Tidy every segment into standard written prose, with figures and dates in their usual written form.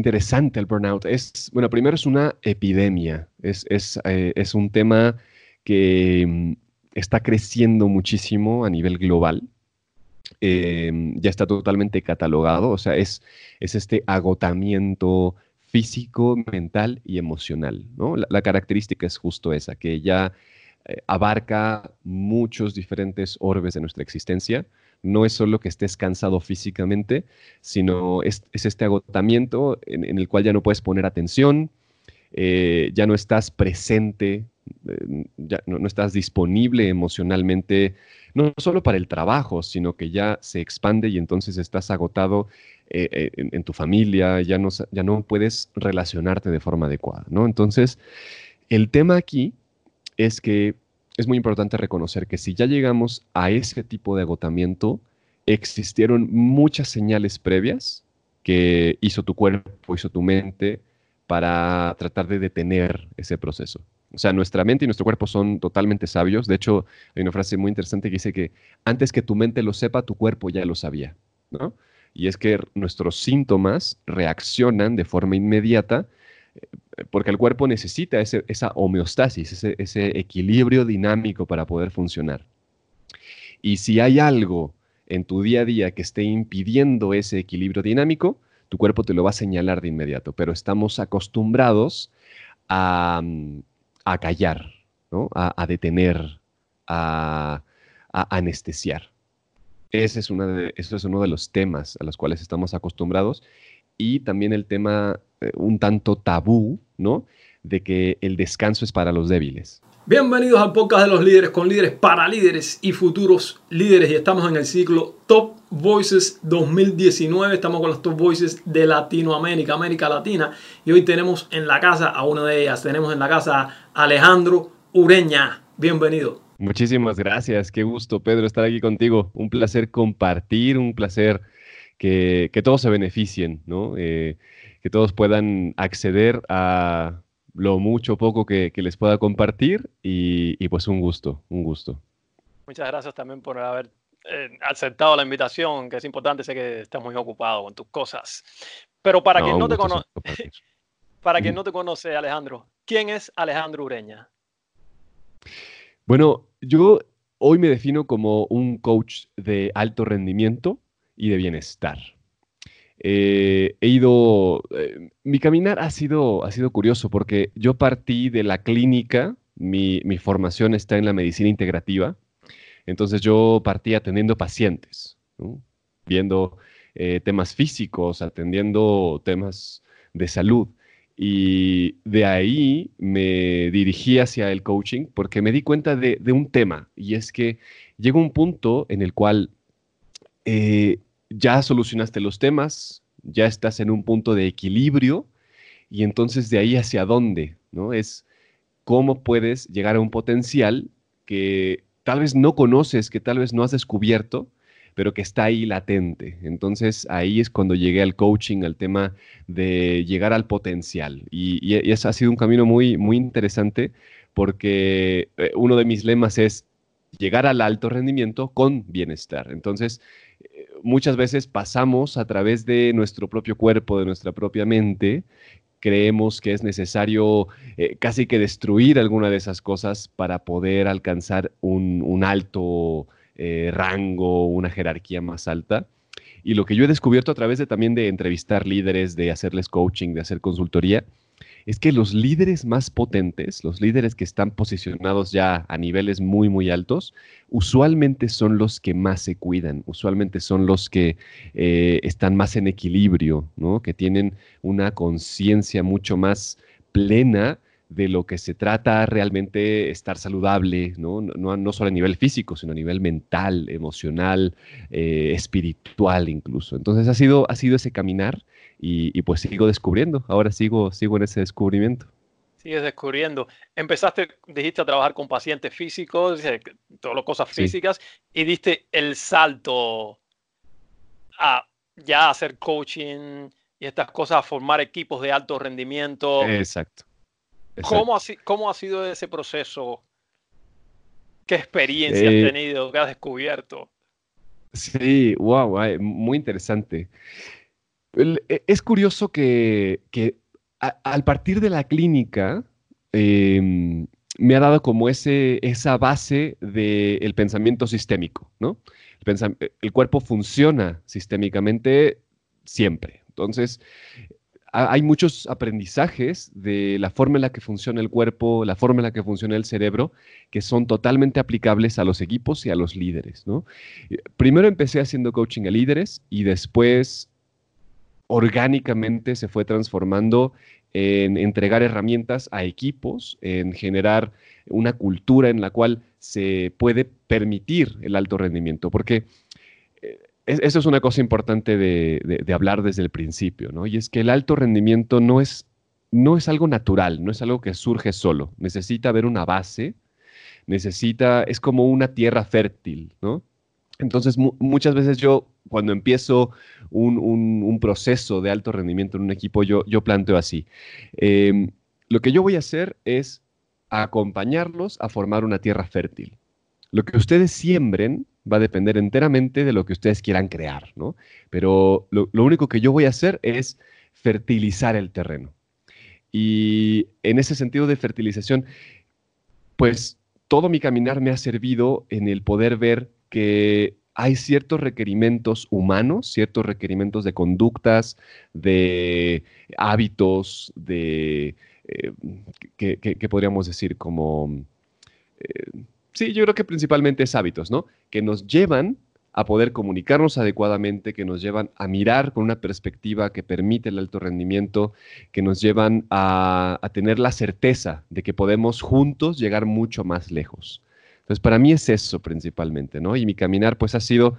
interesante el burnout. Bueno, primero es una epidemia. Es un tema que está creciendo muchísimo a nivel global. Ya está totalmente catalogado, o sea, es este agotamiento físico, mental y emocional, ¿no? La característica es justo esa, que ya abarca muchos diferentes orbes de nuestra existencia. No es solo que estés cansado físicamente, sino es este agotamiento en el cual ya no puedes poner atención, ya no estás presente, ya no estás disponible emocionalmente, no solo para el trabajo, sino que ya se expande y entonces estás agotado en tu familia, ya no puedes relacionarte de forma adecuada, ¿no? Entonces, el tema aquí es que es muy importante reconocer que si ya llegamos a ese tipo de agotamiento, existieron muchas señales previas que hizo tu cuerpo, hizo tu mente para tratar de detener ese proceso. O sea, nuestra mente y nuestro cuerpo son totalmente sabios. De hecho, hay una frase muy interesante que dice que antes que tu mente lo sepa, tu cuerpo ya lo sabía, ¿no? Y es que nuestros síntomas reaccionan de forma inmediata porque el cuerpo necesita esa homeostasis, ese equilibrio dinámico para poder funcionar. Y si hay algo en tu día a día que esté impidiendo ese equilibrio dinámico, tu cuerpo te lo va a señalar de inmediato, pero estamos acostumbrados a, a callar, ¿no? A detener, a anestesiar. Eso es uno de los temas a los cuales estamos acostumbrados y también el tema un tanto tabú, ¿no? De que el descanso es para los débiles. Bienvenidos al podcast de los líderes con líderes para líderes y futuros líderes y estamos en el ciclo Top Voices 2019. Estamos con los Top Voices de Latinoamérica, América Latina y hoy tenemos en la casa a una de ellas. Tenemos en la casa a Alejandro Ureña. Bienvenido. Muchísimas gracias, qué gusto Pedro estar aquí contigo. Un placer compartir, un placer que todos se beneficien, ¿no? Que todos puedan acceder a lo mucho o poco que les pueda compartir y pues un gusto, un gusto. Muchas gracias también por haber aceptado la invitación, que es importante, sé que estás muy ocupado con tus cosas. Pero para No, quien un no te gusto compartir. para quien no te conoce, Alejandro, ¿quién es Alejandro Ureña? Bueno, yo hoy me defino como un coach de alto rendimiento y de bienestar. Mi caminar ha sido curioso porque yo partí de la clínica, mi formación está en la medicina integrativa, entonces yo partí atendiendo pacientes, ¿no? Viendo temas físicos, atendiendo temas de salud. Y de ahí me dirigí hacia el coaching porque me di cuenta de un tema, y es que llega un punto en el cual ya solucionaste los temas, ya estás en un punto de equilibrio, y entonces de ahí hacia dónde, ¿no? Es cómo puedes llegar a un potencial que tal vez no conoces, que tal vez no has descubierto, pero que está ahí latente. Entonces ahí es cuando llegué al coaching, al tema de llegar al potencial. Y eso ha sido un camino muy, muy interesante porque uno de mis lemas es llegar al alto rendimiento con bienestar. Entonces, muchas veces pasamos a través de nuestro propio cuerpo, de nuestra propia mente, creemos que es necesario casi que destruir alguna de esas cosas para poder alcanzar un alto rango, una jerarquía más alta. Y lo que yo he descubierto a través de también de entrevistar líderes, de hacerles coaching, de hacer consultoría, es que los líderes más potentes, los líderes que están posicionados ya a niveles muy, muy altos, usualmente son los que más se cuidan, usualmente son los que están más en equilibrio, ¿no? Que tienen una conciencia mucho más plena de lo que se trata realmente estar saludable, ¿no? No solo a nivel físico, sino a nivel mental, emocional, espiritual incluso. Entonces ha sido ese caminar y pues sigo descubriendo, ahora sigo en ese descubrimiento. Sigues descubriendo. Empezaste, dijiste, a trabajar con pacientes físicos, todas las cosas Sí, físicas, y diste el salto a ya hacer coaching y estas cosas, a formar equipos de alto rendimiento. exacto, exacto. ¿Cómo ha sido ese proceso? ¿Qué experiencia has Eh, tenido? ¿Qué has descubierto? sí, wow, muy interesante. Es curioso que al partir de la clínica me ha dado como esa base del pensamiento sistémico, ¿no? El cuerpo funciona sistémicamente siempre. Entonces, hay muchos aprendizajes de la forma en la que funciona el cuerpo, la forma en la que funciona el cerebro, que son totalmente aplicables a los equipos y a los líderes, ¿no? Primero empecé haciendo coaching a líderes y después orgánicamente se fue transformando en entregar herramientas a equipos, en generar una cultura en la cual se puede permitir el alto rendimiento, porque eso es una cosa importante de hablar desde el principio, ¿no? Y es que el alto rendimiento no es algo natural, no es algo que surge solo, necesita haber una base, es como una tierra fértil, ¿no? Entonces, muchas veces yo, cuando empiezo un proceso de alto rendimiento en un equipo, yo planteo así. Lo que yo voy a hacer es acompañarlos a formar una tierra fértil. Lo que ustedes siembren va a depender enteramente de lo que ustedes quieran crear, ¿no? Pero lo único que yo voy a hacer es fertilizar el terreno. Y en ese sentido de fertilización, pues todo mi caminar me ha servido en el poder ver que hay ciertos requerimientos humanos, ciertos requerimientos de conductas, de hábitos, ¿qué podríamos decir? Sí, yo creo que principalmente es hábitos, ¿no? Que nos llevan a poder comunicarnos adecuadamente, que nos llevan a mirar con una perspectiva que permite el alto rendimiento, que nos llevan a tener la certeza de que podemos juntos llegar mucho más lejos. Entonces, para mí es eso principalmente, ¿no? Y mi caminar, pues, ha sido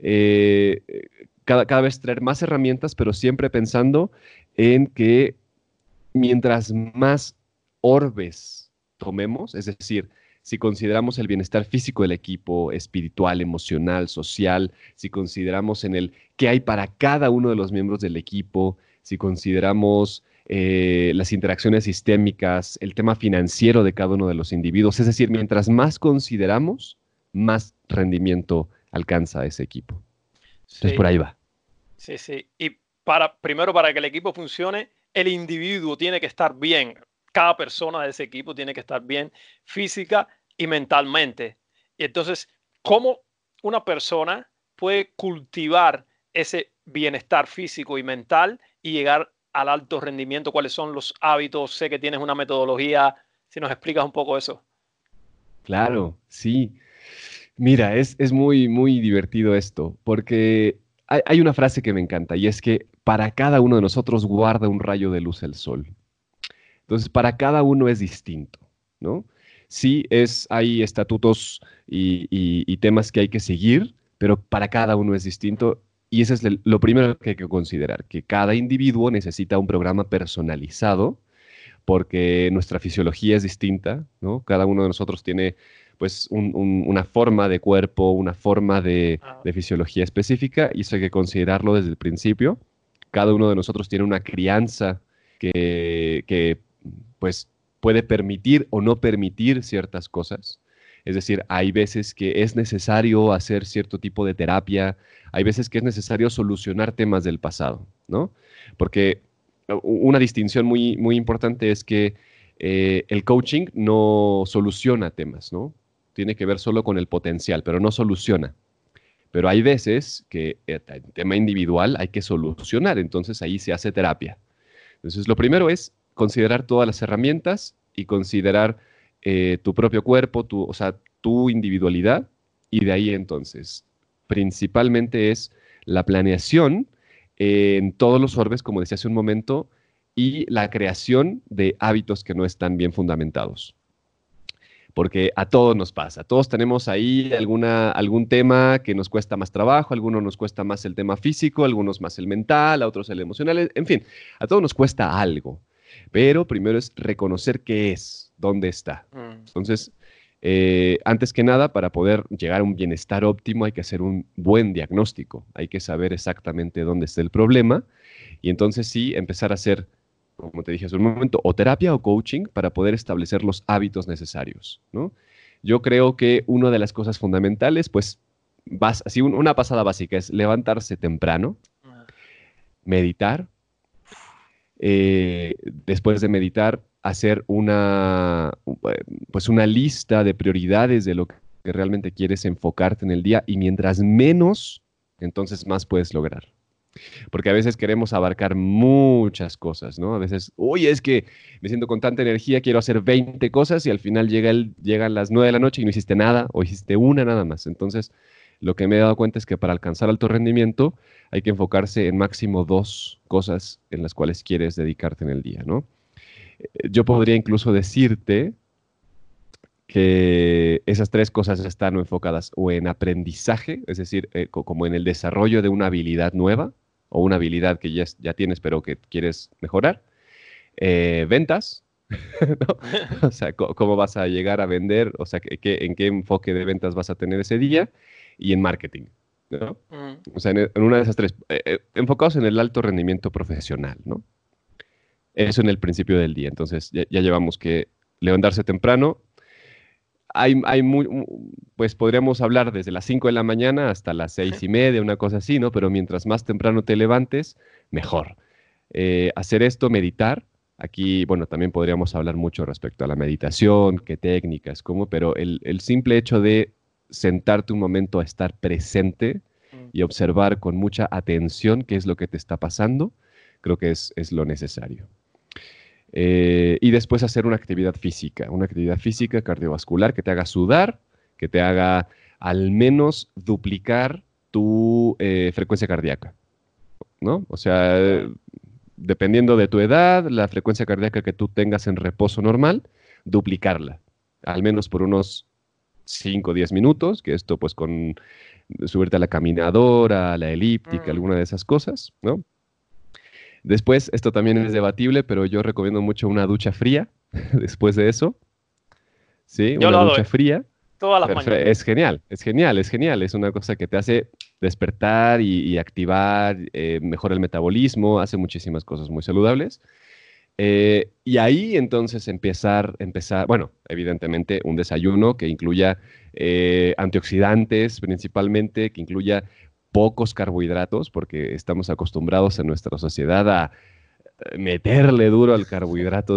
cada vez traer más herramientas, pero siempre pensando en que mientras más orbes tomemos, es decir, si consideramos el bienestar físico del equipo, espiritual, emocional, social, si consideramos en el qué hay para cada uno de los miembros del equipo, si consideramos las interacciones sistémicas, el tema financiero de cada uno de los individuos, es decir, mientras más consideramos, más rendimiento alcanza ese equipo. Entonces, Sí, por ahí va. sí, sí. Y primero, para que el equipo funcione, el individuo tiene que estar bien. Cada persona de ese equipo tiene que estar bien física y mentalmente. Y entonces, ¿cómo una persona puede cultivar ese bienestar físico y mental y llegar al alto rendimiento? ¿Cuáles son los hábitos? Sé que tienes una metodología. Si nos explicas un poco eso. Claro, sí. Mira, es muy, muy divertido esto, porque hay una frase que me encanta y es que para cada uno de nosotros guarda un rayo de luz el sol. Entonces, para cada uno es distinto, ¿no? Sí, hay estatutos y temas que hay que seguir, pero para cada uno es distinto y eso es lo primero que hay que considerar, que cada individuo necesita un programa personalizado porque nuestra fisiología es distinta, ¿no? Cada uno de nosotros tiene pues una forma de cuerpo, una forma de fisiología específica y eso hay que considerarlo desde el principio. Cada uno de nosotros tiene una crianza que pues puede permitir o no permitir ciertas cosas. Es decir, hay veces que es necesario hacer cierto tipo de terapia, hay veces que es necesario solucionar temas del pasado, ¿no? Porque una distinción muy, muy importante es que el coaching no soluciona temas, ¿no? Tiene que ver solo con el potencial, pero no soluciona. Pero hay veces que el tema individual hay que solucionar, entonces ahí se hace terapia. Entonces, lo primero es considerar todas las herramientas y considerar tu propio cuerpo, o sea, tu individualidad, y de ahí entonces, principalmente es la planeación en todos los orbes, como decía hace un momento, y la creación de hábitos que no están bien fundamentados. Porque a todos nos pasa, todos tenemos ahí algún tema que nos cuesta más trabajo, a algunos nos cuesta más el tema físico, a algunos más el mental, a otros el emocional, en fin, a todos nos cuesta algo. Pero primero es reconocer qué es, dónde está. Entonces, antes que nada, para poder llegar a un bienestar óptimo hay que hacer un buen diagnóstico, hay que saber exactamente dónde está el problema y entonces sí empezar a hacer, como te dije hace un momento, o terapia o coaching para poder establecer los hábitos necesarios, ¿no? Yo creo que una de las cosas fundamentales, pues, así una pasada básica es levantarse temprano, meditar. Después de meditar, hacer pues una lista de prioridades de lo que realmente quieres enfocarte en el día, y mientras menos, entonces más puedes lograr. Porque a veces queremos abarcar muchas cosas, ¿no? A veces, oye, es que me siento con tanta energía, quiero hacer 20 cosas y al final llegan las 9 de la noche y no hiciste nada o hiciste una nada más. Entonces, lo que me he dado cuenta es que para alcanzar alto rendimiento hay que enfocarse en máximo 2 cosas en las cuales quieres dedicarte en el día, ¿no? Yo podría incluso decirte que esas 3 cosas están enfocadas o en aprendizaje, es decir, como en el desarrollo de una habilidad nueva o una habilidad que ya tienes pero que quieres mejorar. Ventas, ¿no? O sea, cómo vas a llegar a vender, o sea, en qué enfoque de ventas vas a tener ese día, y en marketing, ¿no? O sea, en una de esas 3, enfocados en el alto rendimiento profesional, ¿no? Eso en el principio del día. Entonces, ya llevamos que levantarse temprano. Pues podríamos hablar desde las 5 de la mañana hasta las 6:30, una cosa así, ¿no? Pero mientras más temprano te levantes, mejor. Hacer esto, meditar. Aquí, bueno, también podríamos hablar mucho respecto a la meditación, qué técnicas, cómo, pero el simple hecho de sentarte un momento a estar presente y observar con mucha atención qué es lo que te está pasando, creo que es lo necesario. Y después hacer una actividad física cardiovascular que te haga sudar, que te haga al menos duplicar tu frecuencia cardíaca, ¿no? O sea, dependiendo de tu edad, la frecuencia cardíaca que tú tengas en reposo normal, duplicarla, al menos por unos 5 o 10 minutos, que esto pues con subirte a la caminadora, a la elíptica, alguna de esas cosas, ¿no? Después, esto también es debatible, pero yo recomiendo mucho una ducha fría después de eso. Sí, Yo una lo ducha doy fría. todas las mañanas. Es genial, es genial, es genial. Es una cosa que te hace despertar y activar, mejora el metabolismo, hace muchísimas cosas muy saludables. Y ahí entonces empezar, bueno, evidentemente un desayuno que incluya antioxidantes principalmente, que incluya pocos carbohidratos, porque estamos acostumbrados en nuestra sociedad a meterle duro al carbohidrato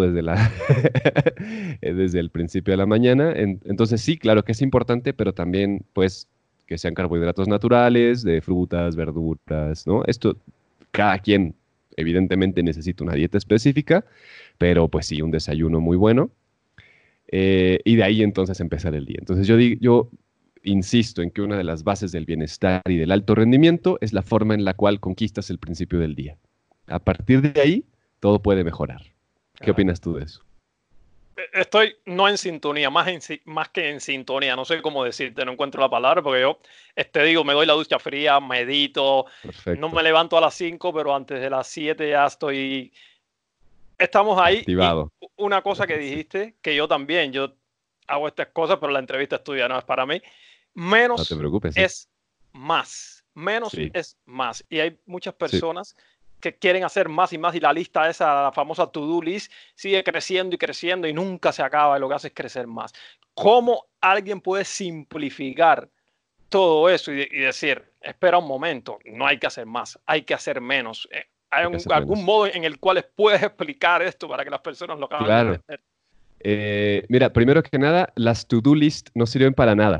desde el principio de la mañana. Entonces sí, claro que es importante, pero también pues que sean carbohidratos naturales, de frutas, verduras, ¿no? Esto, cada quien evidentemente necesita una dieta específica, pero pues sí, un desayuno muy bueno. Y de ahí entonces empezar el día. Entonces yo insisto en que una de las bases del bienestar y del alto rendimiento es la forma en la cual conquistas el principio del día. A partir de ahí, todo puede mejorar. ¿Qué opinas tú de eso? Estoy no en sintonía, más que en sintonía. No sé cómo decirte, no encuentro la palabra, porque yo digo, me doy la ducha fría, medito, Perfecto. no me levanto a las 5, pero antes de las 7 ya estamos ahí. Activado. Y una cosa que dijiste, que yo hago estas cosas, pero la entrevista es tuya, no es para mí. Menos No te preocupes, ¿sí? es más. Menos Sí. es más. Y hay muchas Sí. personas que quieren hacer más y más, y la lista esa, la famosa to-do list, sigue creciendo y creciendo y nunca se acaba, y lo que hace es crecer más. ¿Cómo alguien puede simplificar todo eso y decir, espera un momento, no hay que hacer más, hay que hacer menos? ¿Hay algún modo en el cual puedes explicar esto para que las personas lo acaben Claro. de entender? Mira, primero que nada, las to-do list no sirven para nada.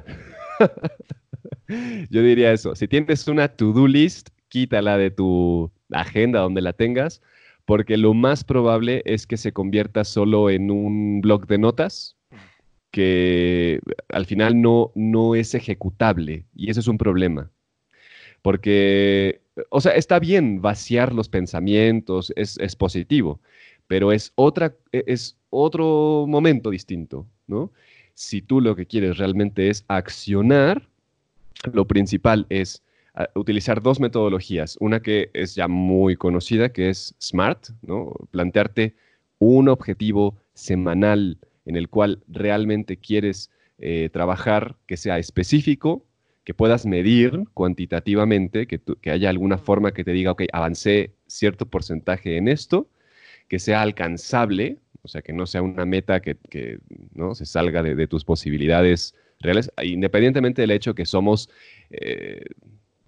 Yo diría eso. Si tienes una to-do list, quítala de tu agenda donde la tengas, porque lo más probable es que se convierta solo en un bloc de notas que al final no es ejecutable, y eso es un problema. Porque, o sea, está bien vaciar los pensamientos, es positivo, pero es otro momento distinto, ¿no? Si tú lo que quieres realmente es accionar, lo principal es utilizar 2 metodologías. Una que es ya muy conocida, que es SMART, ¿no? Plantearte un objetivo semanal en el cual realmente quieres trabajar, que sea específico, que puedas medir cuantitativamente, que haya alguna forma que te diga, ok, avancé cierto porcentaje en esto, que sea alcanzable, o sea, que no sea una meta que ¿no? se salga de tus posibilidades reales, independientemente del hecho que somos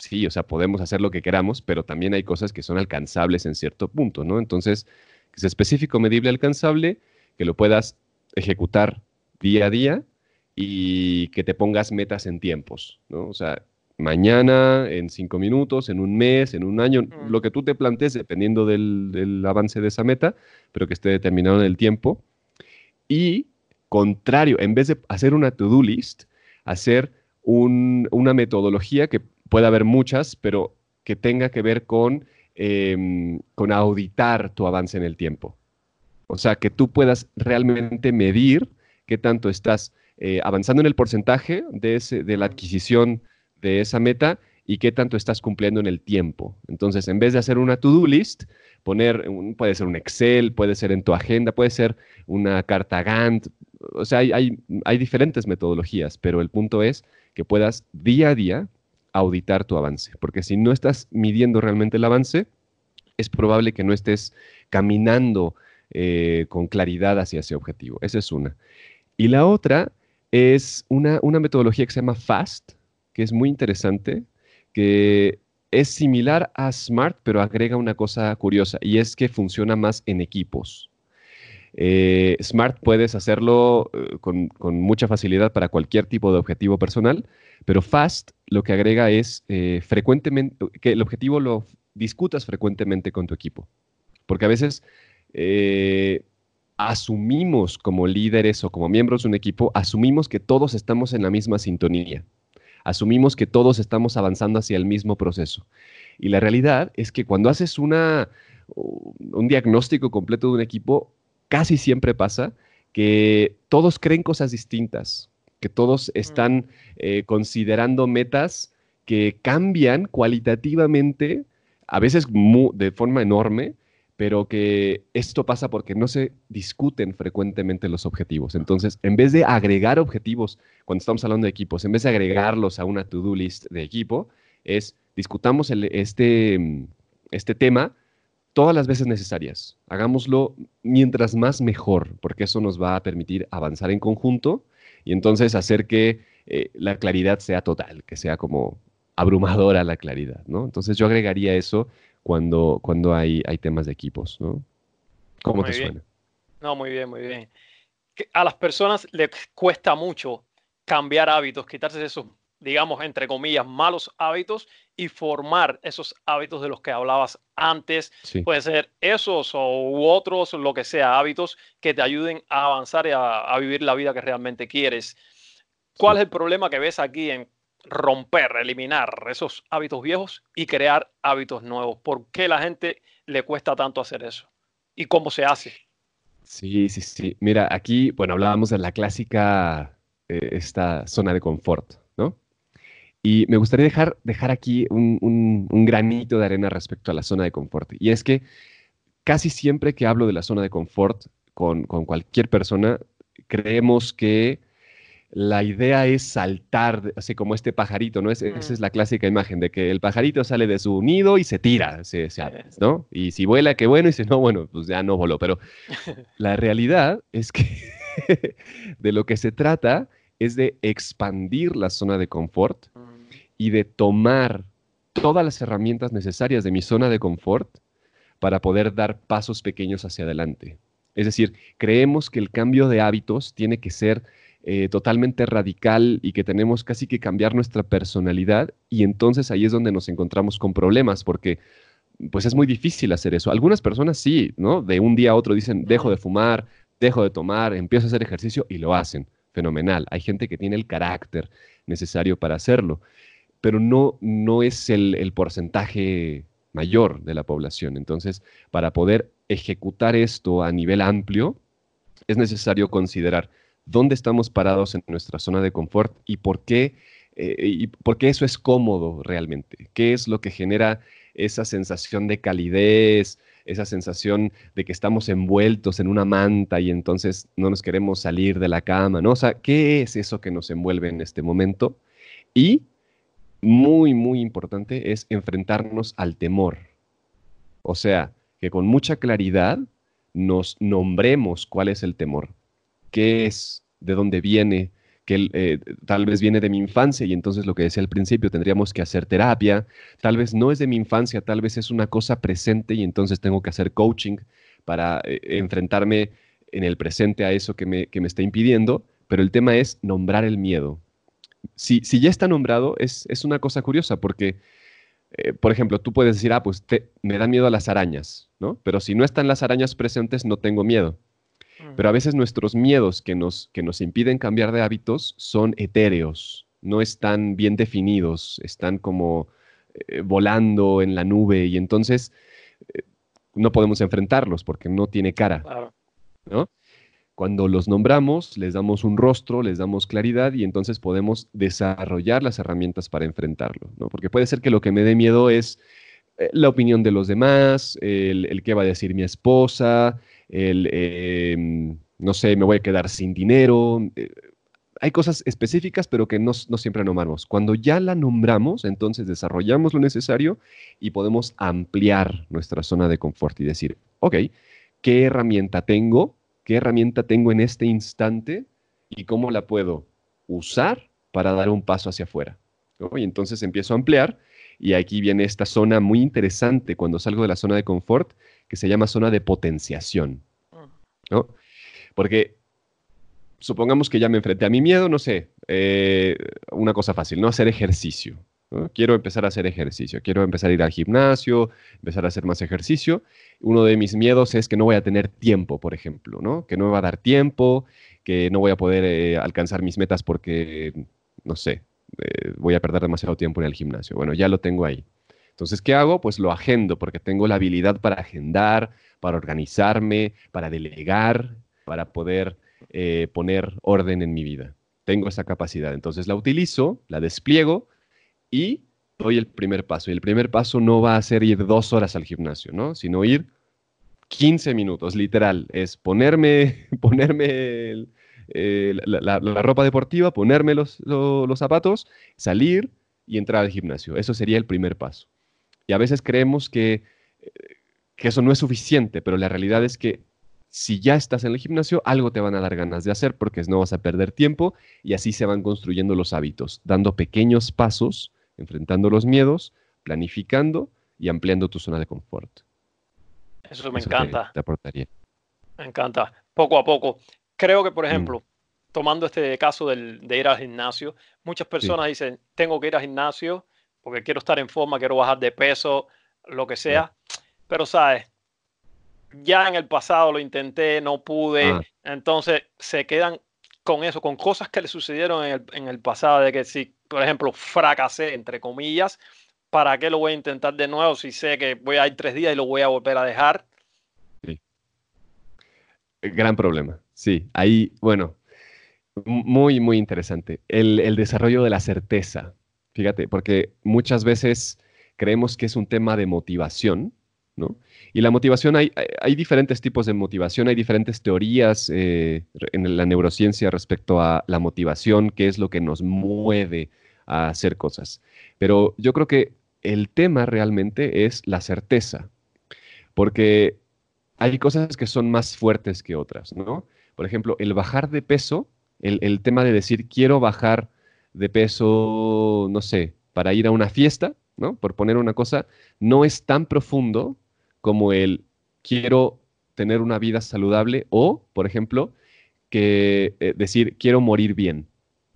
sí, o sea, podemos hacer lo que queramos, pero también hay cosas que son alcanzables en cierto punto, ¿no? Entonces, que sea específico, medible, alcanzable, que lo puedas ejecutar día a día y que te pongas metas en tiempos, ¿no? O sea, mañana, en 5 minutos, en un mes, en un año, lo que tú te plantees dependiendo del avance de esa meta, pero que esté determinado en el tiempo. Y contrario, en vez de hacer una to-do list, hacer una metodología que pueda haber muchas, pero que tenga que ver con auditar tu avance en el tiempo. O sea, que tú puedas realmente medir qué tanto estás avanzando en el porcentaje de la adquisición de esa meta y qué tanto estás cumpliendo en el tiempo. Entonces, en vez de hacer una to-do list, puede ser un Excel, puede ser en tu agenda, puede ser una carta Gantt. O sea, hay diferentes metodologías, pero el punto es que puedas día a día auditar tu avance, porque si no estás midiendo realmente el avance, es probable que no estés caminando con claridad hacia ese objetivo. Esa es una. Y la otra es una metodología que se llama FAST, que es muy interesante, que es similar a SMART, pero agrega una cosa curiosa, y es que funciona más en equipos. SMART puedes hacerlo con mucha facilidad para cualquier tipo de objetivo personal, pero FAST lo que agrega es frecuentemente, que el objetivo lo discutas frecuentemente con tu equipo. Porque a veces asumimos como líderes o como miembros de un equipo, asumimos que todos estamos en la misma sintonía. Asumimos que todos estamos avanzando hacia el mismo proceso. Y la realidad es que cuando haces un diagnóstico completo de un equipo, casi siempre pasa que todos creen cosas distintas, que todos están considerando metas que cambian cualitativamente, a veces de forma enorme, pero que esto pasa porque no se discuten frecuentemente los objetivos. Entonces, en vez de agregar objetivos, cuando estamos hablando de equipos, en vez de agregarlos a una to-do list de equipo, es discutamos este tema todas las veces necesarias. Hagámoslo mientras más mejor, porque eso nos va a permitir avanzar en conjunto y entonces hacer que la claridad sea total, que sea como abrumadora la claridad, ¿no? Entonces yo agregaría eso cuando hay temas de equipos, ¿no? ¿Cómo Muy te bien. suena? No, muy bien, muy bien. A las personas les cuesta mucho cambiar hábitos, quitarse esos, digamos, entre comillas, malos hábitos y formar esos hábitos de los que hablabas antes. Sí. Puede ser esos u otros, lo que sea, hábitos que te ayuden a avanzar y a vivir la vida que realmente quieres. ¿Cuál Sí. es el problema que ves aquí en romper, eliminar esos hábitos viejos y crear hábitos nuevos? ¿Por qué la gente le cuesta tanto hacer eso? ¿Y cómo se hace? Sí, sí, sí. Mira, aquí, bueno, hablábamos de la clásica, esta zona de confort, ¿no? Y me gustaría dejar aquí un granito de arena respecto a la zona de confort. Y es que casi siempre que hablo de la zona de confort con cualquier persona, creemos que la idea es saltar, así como este pajarito, ¿no? Esa es la clásica imagen de que el pajarito sale de su nido y se tira, ¿no? Y si vuela, qué bueno, y si no, bueno, pues ya no voló. Pero la realidad es que de lo que se trata es de expandir la zona de confort y de tomar todas las herramientas necesarias de mi zona de confort para poder dar pasos pequeños hacia adelante. Es decir, creemos que el cambio de hábitos tiene que ser totalmente radical y que tenemos casi que cambiar nuestra personalidad y entonces ahí es donde nos encontramos con problemas porque pues es muy difícil hacer eso. Algunas personas sí, ¿no? De un día a otro dicen, dejo de fumar, dejo de tomar, empiezo a hacer ejercicio y lo hacen. Fenomenal. Hay gente que tiene el carácter necesario para hacerlo, pero no es el porcentaje mayor de la población. Entonces, para poder ejecutar esto a nivel amplio, es necesario considerar dónde estamos parados en nuestra zona de confort y por qué eso es cómodo realmente. ¿Qué es lo que genera esa sensación de calidez, esa sensación de que estamos envueltos en una manta y entonces no nos queremos salir de la cama, ¿no? O sea, ¿qué es eso que nos envuelve en este momento? Y muy, muy importante es enfrentarnos al temor. O sea, que con mucha claridad nos nombremos cuál es el temor, qué es, de dónde viene, que tal vez viene de mi infancia y entonces lo que decía al principio, tendríamos que hacer terapia, tal vez no es de mi infancia, tal vez es una cosa presente y entonces tengo que hacer coaching para enfrentarme en el presente a eso que me está impidiendo, pero el tema es nombrar el miedo. Si ya está nombrado, es una cosa curiosa porque, por ejemplo, tú puedes decir, pues me dan miedo a las arañas, ¿no? Pero si no están las arañas presentes, no tengo miedo. Pero a veces nuestros miedos que nos impiden cambiar de hábitos son etéreos, no están bien definidos, están como volando en la nube y entonces no podemos enfrentarlos porque no tiene cara, Claro. ¿no? Cuando los nombramos, les damos un rostro, les damos claridad y entonces podemos desarrollar las herramientas para enfrentarlo, ¿no? Porque puede ser que lo que me dé miedo es la opinión de los demás, el qué va a decir mi esposa, no sé, me voy a quedar sin dinero. Hay cosas específicas, pero que no siempre nombramos. Cuando ya la nombramos, entonces desarrollamos lo necesario y podemos ampliar nuestra zona de confort y decir, ok, ¿qué herramienta tengo? ¿Qué herramienta tengo en este instante? ¿Y cómo la puedo usar para dar un paso hacia afuera? ¿No? Y entonces empiezo a ampliar y aquí viene esta zona muy interesante cuando salgo de la zona de confort, que se llama zona de potenciación, ¿no? Porque supongamos que ya me enfrenté a mi miedo, no sé, una cosa fácil, ¿no? Hacer ejercicio, ¿no? Quiero empezar a hacer ejercicio, quiero empezar a ir al gimnasio, empezar a hacer más ejercicio. Uno de mis miedos es que no voy a tener tiempo, por ejemplo, ¿no? Que no me va a dar tiempo, que no voy a poder alcanzar mis metas porque, no sé, voy a perder demasiado tiempo en el gimnasio. Bueno, ya lo tengo ahí. Entonces, ¿qué hago? Pues lo agendo porque tengo la habilidad para agendar, para organizarme, para delegar, para poder poner orden en mi vida. Tengo esa capacidad. Entonces la utilizo, la despliego y doy el primer paso. Y el primer paso no va a ser ir 2 horas al gimnasio, ¿no? Sino ir 15 minutos, literal. Es ponerme la ropa deportiva, ponerme los zapatos, salir y entrar al gimnasio. Eso sería el primer paso. Y a veces creemos que eso no es suficiente, pero la realidad es que si ya estás en el gimnasio, algo te van a dar ganas de hacer porque no vas a perder tiempo y así se van construyendo los hábitos, dando pequeños pasos, enfrentando los miedos, planificando y ampliando tu zona de confort. Eso me encanta. Te aportaría. Me encanta. Poco a poco. Creo que, por ejemplo, tomando este caso de ir al gimnasio, muchas personas dicen, tengo que ir al gimnasio porque quiero estar en forma, quiero bajar de peso, lo que sea. Pero, ¿sabes? Ya en el pasado lo intenté, no pude. Entonces se quedan con eso, con cosas que le sucedieron en el pasado, de que si, por ejemplo, fracasé, entre comillas, ¿para qué lo voy a intentar de nuevo si sé que voy a ir 3 días y lo voy a volver a dejar? Sí. Gran problema. Sí, ahí, bueno, muy, muy interesante. El desarrollo de la certeza. Fíjate, porque muchas veces creemos que es un tema de motivación, ¿no? Y la motivación, hay diferentes tipos de motivación, hay diferentes teorías en la neurociencia respecto a la motivación, qué es lo que nos mueve a hacer cosas. Pero yo creo que el tema realmente es la certeza, porque hay cosas que son más fuertes que otras, ¿no? Por ejemplo, el bajar de peso, el tema de decir quiero bajar de peso, no sé, para ir a una fiesta, ¿no? Por poner una cosa, no es tan profundo como el quiero tener una vida saludable o, por ejemplo, que decir quiero morir bien,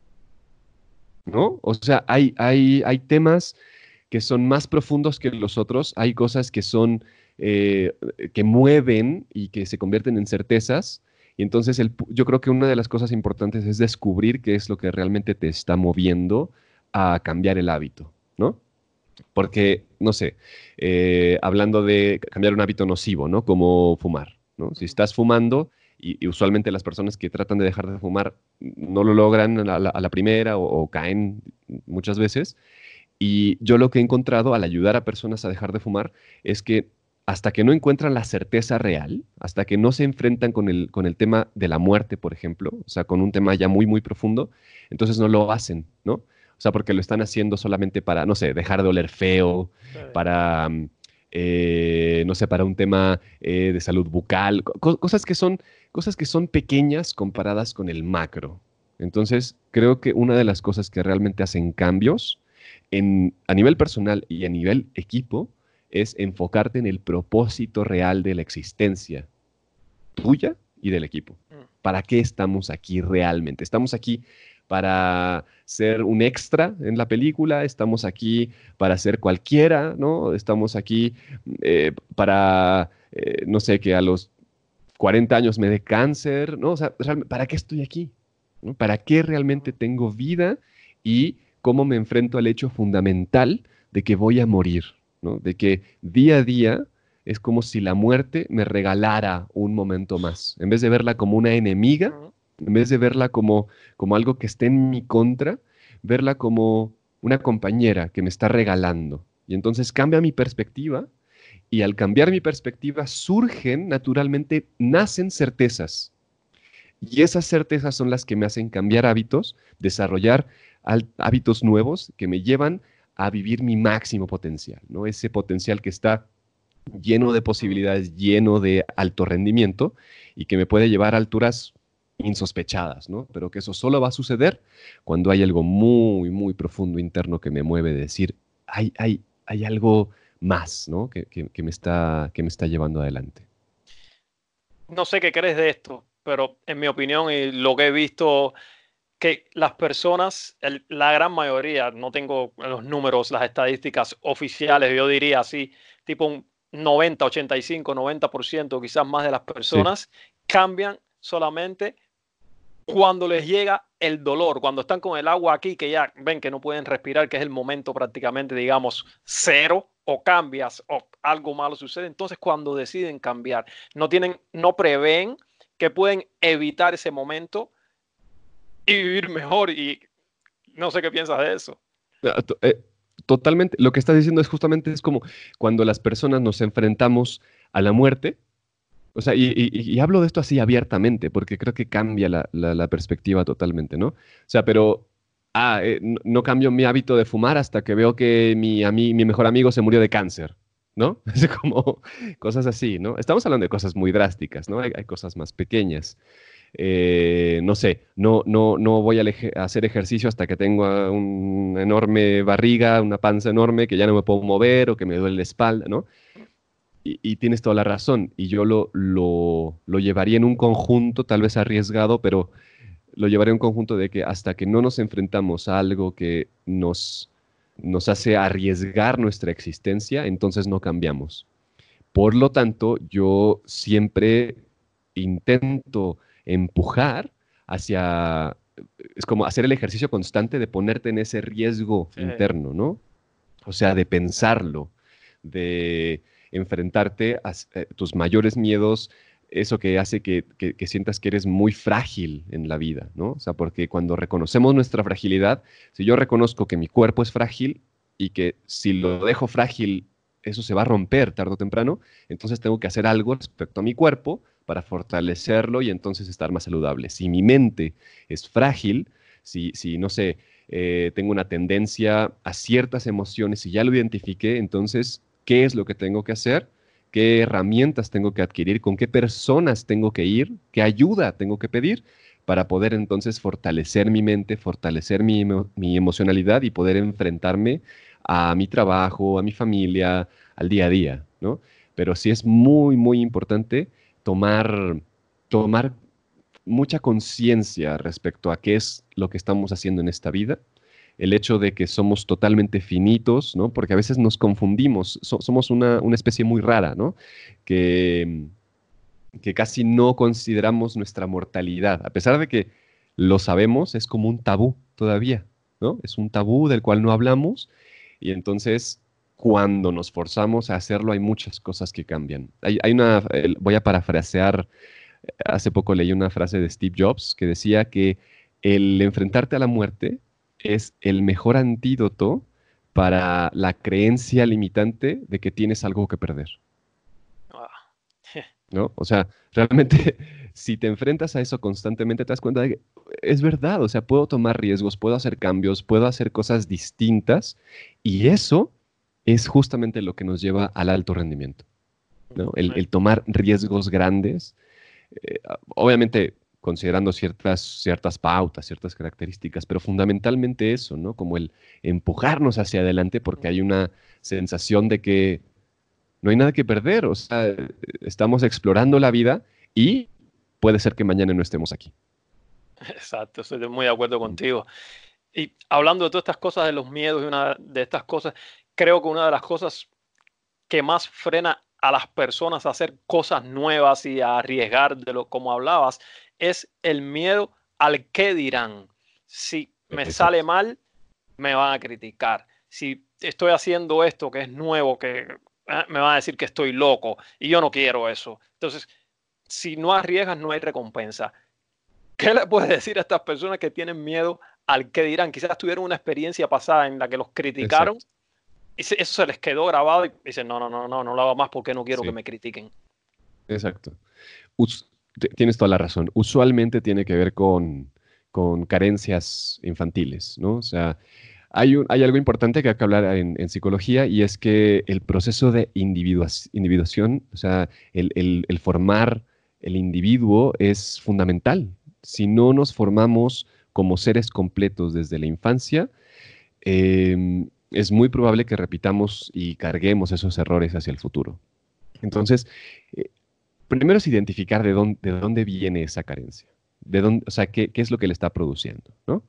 ¿no? O sea, hay temas que son más profundos que los otros, hay cosas que son, que mueven y que se convierten en certezas, y entonces yo creo que una de las cosas importantes es descubrir qué es lo que realmente te está moviendo a cambiar el hábito, ¿no? Porque, no sé, hablando de cambiar un hábito nocivo, ¿no? Como fumar, ¿no? Si estás fumando, y usualmente las personas que tratan de dejar de fumar no lo logran a la primera o caen muchas veces. Y yo lo que he encontrado al ayudar a personas a dejar de fumar es que hasta que no encuentran la certeza real, hasta que no se enfrentan con el tema de la muerte, por ejemplo, o sea, con un tema ya muy, muy profundo, entonces no lo hacen, ¿no? O sea, porque lo están haciendo solamente para, no sé, dejar de oler feo, para, no sé, para un tema de salud bucal, cosas que son pequeñas comparadas con el macro, Entonces, creo que una de las cosas que realmente hacen cambios a nivel personal y a nivel equipo es enfocarte en el propósito real de la existencia tuya y del equipo. ¿Para qué estamos aquí realmente? ¿Estamos aquí para ser un extra en la película? ¿Estamos aquí para ser cualquiera? ¿No? ¿Estamos aquí para, no sé, que a los 40 años me dé cáncer? ¿No? O sea, ¿para qué estoy aquí? ¿No? ¿Para qué realmente tengo vida? Y cómo me enfrento al hecho fundamental de que voy a morir, ¿no? De que día a día es como si la muerte me regalara un momento más. En vez de verla como una enemiga, en vez de verla como algo que esté en mi contra, verla como una compañera que me está regalando. Y entonces cambia mi perspectiva, y al cambiar mi perspectiva surgen, naturalmente, nacen certezas. Y esas certezas son las que me hacen cambiar hábitos, desarrollar hábitos nuevos que me llevan a vivir mi máximo potencial, ¿no? Ese potencial que está lleno de posibilidades, lleno de alto rendimiento y que me puede llevar a alturas insospechadas, ¿no? Pero que eso solo va a suceder cuando hay algo muy, muy profundo interno que me mueve de decir, hay algo más, ¿no? Que me está llevando adelante. No sé qué crees de esto, pero en mi opinión y lo que he visto, que las personas, la gran mayoría, no tengo los números, las estadísticas oficiales, yo diría así, tipo un 90, 85, 90%, quizás más de las Sí, personas cambian solamente cuando les llega el dolor, cuando están con el agua aquí, que ya ven que no pueden respirar, que es el momento prácticamente, digamos, cero, o cambias o algo malo sucede. Entonces, cuando deciden cambiar, no prevén que pueden evitar ese momento y vivir mejor. Y no sé qué piensas de eso. Ah, totalmente. Lo que estás diciendo es justamente es como cuando las personas nos enfrentamos a la muerte. O sea, y hablo de esto así abiertamente, porque creo que cambia la perspectiva totalmente, ¿no? O sea, pero, no cambio mi hábito de fumar hasta que veo que mi mejor amigo se murió de cáncer, ¿no? Es como cosas así, ¿no? Estamos hablando de cosas muy drásticas, ¿no? Hay cosas más pequeñas. No sé, no voy a hacer ejercicio hasta que tengo una enorme barriga, una panza enorme, que ya no me puedo mover o que me duele la espalda, ¿no? Y tienes toda la razón. Y yo lo llevaría en un conjunto, tal vez arriesgado, pero lo llevaría en un conjunto de que hasta que no nos enfrentamos a algo que nos hace arriesgar nuestra existencia, entonces no cambiamos. Por lo tanto, yo siempre intento empujar hacia, es como hacer el ejercicio constante de ponerte en ese riesgo interno, ¿no? O sea, de pensarlo, de enfrentarte a tus mayores miedos, eso que hace que sientas que eres muy frágil en la vida, ¿no? O sea, porque cuando reconocemos nuestra fragilidad, si yo reconozco que mi cuerpo es frágil y que si lo dejo frágil, eso se va a romper tarde o temprano, entonces tengo que hacer algo respecto a mi cuerpo para fortalecerlo y entonces estar más saludable. Si mi mente es frágil, si no sé, tengo una tendencia a ciertas emociones y ya lo identifiqué, entonces, ¿qué es lo que tengo que hacer? ¿Qué herramientas tengo que adquirir? ¿Con qué personas tengo que ir? ¿Qué ayuda tengo que pedir? Para poder entonces fortalecer mi mente, fortalecer mi emocionalidad y poder enfrentarme a mi trabajo, a mi familia, al día a día, ¿no? Pero sí es muy, muy importante tomar mucha conciencia respecto a qué es lo que estamos haciendo en esta vida, el hecho de que somos totalmente finitos, ¿no? Porque a veces nos confundimos, somos una especie muy rara, ¿no? Que, que casi no consideramos nuestra mortalidad, a pesar de que lo sabemos, es como un tabú todavía, ¿no? Es un tabú del cual no hablamos y entonces cuando nos forzamos a hacerlo hay muchas cosas que cambian. Voy a parafrasear. Hace poco leí una frase de Steve Jobs que decía que el enfrentarte a la muerte es el mejor antídoto para la creencia limitante de que tienes algo que perder, Ah, ¿no? O sea, realmente, si te enfrentas a eso constantemente, te das cuenta de que es verdad, o sea, puedo tomar riesgos, puedo hacer cambios, puedo hacer cosas distintas, y eso es justamente lo que nos lleva al alto rendimiento, ¿no? El tomar riesgos grandes. Obviamente, considerando ciertas pautas, ciertas características, pero fundamentalmente eso, ¿no? Como el empujarnos hacia adelante porque hay una sensación de que no hay nada que perder, o sea, estamos explorando la vida y puede ser que mañana no estemos aquí. Exacto, estoy muy de acuerdo contigo. Y hablando de todas estas cosas, de los miedos y una de estas cosas, creo que una de las cosas que más frena a las personas a hacer cosas nuevas y a arriesgar de lo como hablabas es el miedo al qué dirán. Si me sale mal, me van a criticar. Si estoy haciendo esto que es nuevo, que me van a decir que estoy loco y yo no quiero eso. Entonces, si no arriesgas, no hay recompensa. ¿Qué le puedes decir a estas personas que tienen miedo al qué dirán? Quizás tuvieron una experiencia pasada en la que los criticaron. Exacto. Y eso se les quedó grabado y dicen, no lo hago más porque no quiero que me critiquen. Exacto. Tienes toda la razón. Usualmente tiene que ver con carencias infantiles, ¿no? O sea, hay algo importante que hay que hablar en psicología y es que el proceso de individuación, o sea, el formar el individuo es fundamental. Si no nos formamos como seres completos desde la infancia, es muy probable que repitamos y carguemos esos errores hacia el futuro. Entonces, primero es identificar de dónde viene esa carencia, o sea, qué es lo que le está produciendo, ¿no?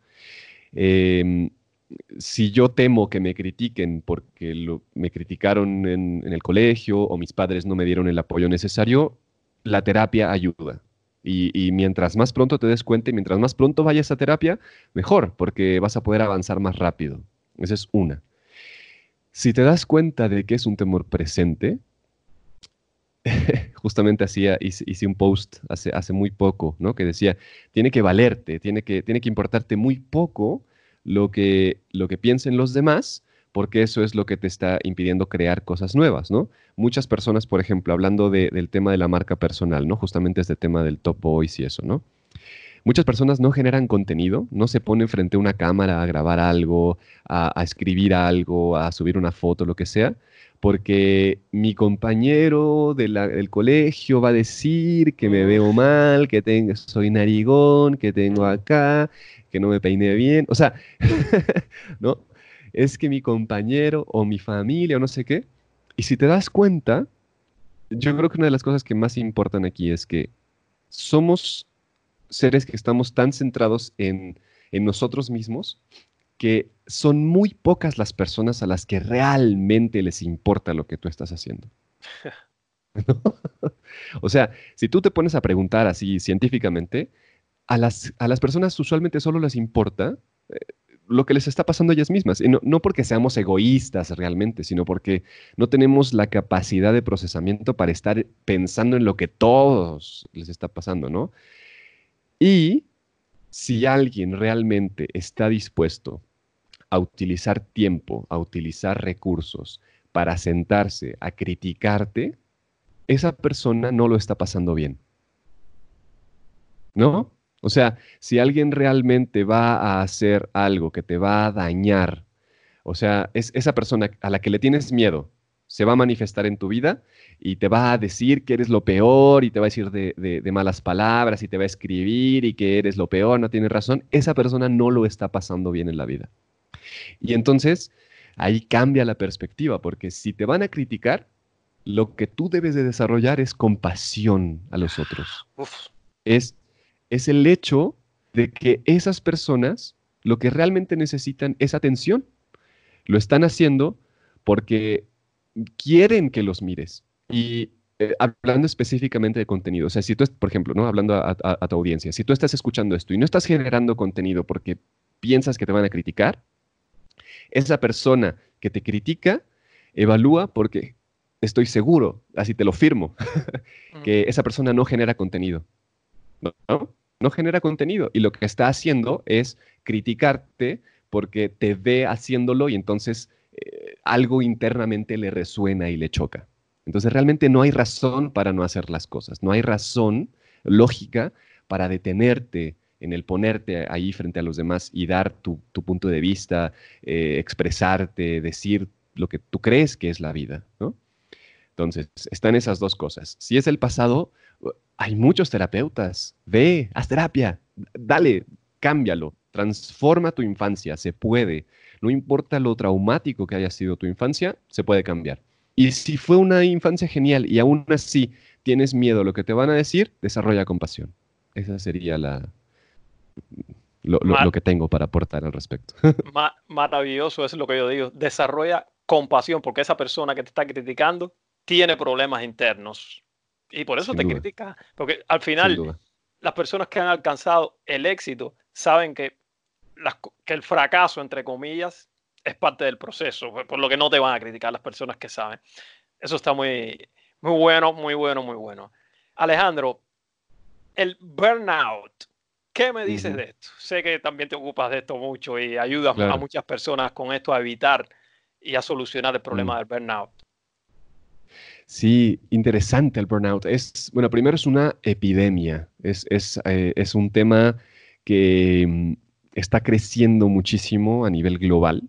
Si yo temo que me critiquen porque me criticaron en el colegio o mis padres no me dieron el apoyo necesario, la terapia ayuda. Y mientras más pronto te des cuenta y mientras más pronto vayas a terapia, mejor, porque vas a poder avanzar más rápido. Esa es una. Si te das cuenta de que es un temor presente, justamente hice un post hace muy poco, ¿no? Que decía, tiene que valerte, tiene que importarte muy poco lo que piensen los demás, porque eso es lo que te está impidiendo crear cosas nuevas, ¿no? Muchas personas, por ejemplo, hablando del tema de la marca personal, ¿no? Justamente este tema del Top Voice y eso, ¿no? Muchas personas no generan contenido, no se ponen frente a una cámara a grabar algo, a escribir algo, a subir una foto, lo que sea, porque mi compañero del colegio va a decir que me veo mal, que soy narigón, que tengo acá, que no me peiné bien. O sea, ¿no? Es que mi compañero o mi familia o no sé qué. Y si te das cuenta, yo creo que una de las cosas que más importan aquí es que somos seres que estamos tan centrados en nosotros mismos que son muy pocas las personas a las que realmente les importa lo que tú estás haciendo. ¿No? O sea, si tú te pones a preguntar así científicamente, a las personas usualmente solo les importa lo que les está pasando a ellas mismas. Y no porque seamos egoístas realmente, sino porque no tenemos la capacidad de procesamiento para estar pensando en lo que todos les está pasando, ¿no? Y si alguien realmente está dispuesto a utilizar tiempo, a utilizar recursos para sentarse a criticarte, esa persona no lo está pasando bien. ¿No? O sea, si alguien realmente va a hacer algo que te va a dañar, o sea, esa persona a la que le tienes miedo se va a manifestar en tu vida y te va a decir que eres lo peor y te va a decir de malas palabras y te va a escribir y que eres lo peor, no tienes razón, esa persona no lo está pasando bien en la vida. Y entonces ahí cambia la perspectiva, porque si te van a criticar, lo que tú debes de desarrollar es compasión a los otros. Es el hecho de que esas personas lo que realmente necesitan es atención. Lo están haciendo porque quieren que los mires. Y hablando específicamente de contenido, o sea, si tú, por ejemplo, ¿no? Hablando a tu audiencia, si tú estás escuchando esto y no estás generando contenido porque piensas que te van a criticar, esa persona que te critica evalúa porque estoy seguro, así te lo firmo, que esa persona no genera contenido. ¿No? No genera contenido y lo que está haciendo es criticarte porque te ve haciéndolo y entonces algo internamente le resuena y le choca. Entonces realmente no hay razón para no hacer las cosas, no hay razón lógica para detenerte en el ponerte ahí frente a los demás y dar tu punto de vista, expresarte, decir lo que tú crees que es la vida, ¿no? Entonces, están esas dos cosas. Si es el pasado, Hay muchos terapeutas. Ve, haz terapia. Dale, cámbialo. Transforma tu infancia. Se puede. No importa lo traumático que haya sido tu infancia, se puede cambiar. Y si fue una infancia genial y aún así tienes miedo a lo que te van a decir, desarrolla compasión. Esa sería lo Mar- que tengo para aportar al respecto. Maravilloso, eso es lo que yo digo. Desarrolla compasión porque esa persona que te está criticando tiene problemas internos y por eso Sin te duda, critica. Porque al sin final, duda. las personas que han alcanzado el éxito saben que, que el fracaso, entre comillas, es parte del proceso, por lo que no te van a criticar las personas que saben. Eso está muy, muy bueno, muy bueno, muy bueno. Alejandro, el burnout. ¿Qué me dices Ujú, de esto? Sé que también te ocupas de esto mucho y ayudas a claro. muchas personas con esto a evitar y a solucionar el Mm. problema del burnout. Sí, interesante el burnout. Bueno, primero es una epidemia. Es un tema que está creciendo muchísimo a nivel global.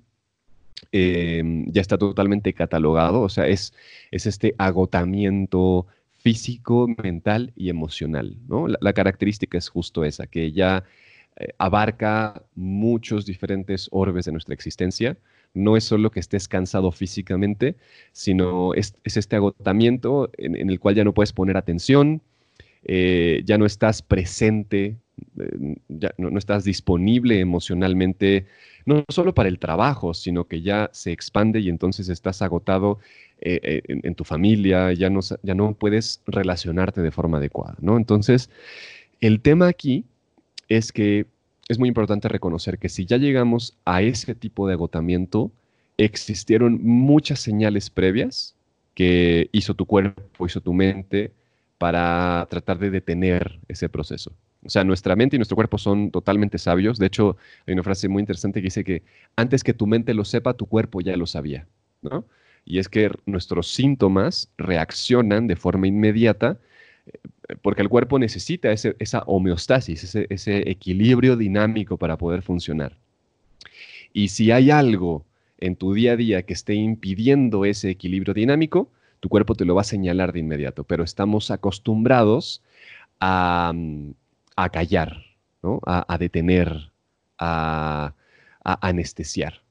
Ya está totalmente catalogado, o sea, es este agotamiento físico, mental y emocional, ¿no? La característica es justo esa, que ya abarca muchos diferentes orbes de nuestra existencia. No es solo que estés cansado físicamente, sino es este agotamiento en el cual ya no puedes poner atención, ya no estás presente, ya no estás disponible emocionalmente, no solo para el trabajo, sino que ya se expande y entonces estás agotado en tu familia, ya no puedes relacionarte de forma adecuada, ¿no? Entonces, el tema aquí es que es muy importante reconocer que si ya llegamos a ese tipo de agotamiento, existieron muchas señales previas que hizo tu cuerpo, hizo tu mente para tratar de detener ese proceso. O sea, nuestra mente y nuestro cuerpo son totalmente sabios. De hecho, hay una frase muy interesante que dice que antes que tu mente lo sepa, tu cuerpo ya lo sabía, ¿no? Y es que nuestros síntomas reaccionan de forma inmediata porque el cuerpo necesita esa homeostasis, ese equilibrio dinámico para poder funcionar. Y si hay algo en tu día a día que esté impidiendo ese equilibrio dinámico, tu cuerpo te lo va a señalar de inmediato, pero estamos acostumbrados a, a callar, ¿no? A detener, a, a anestesiar.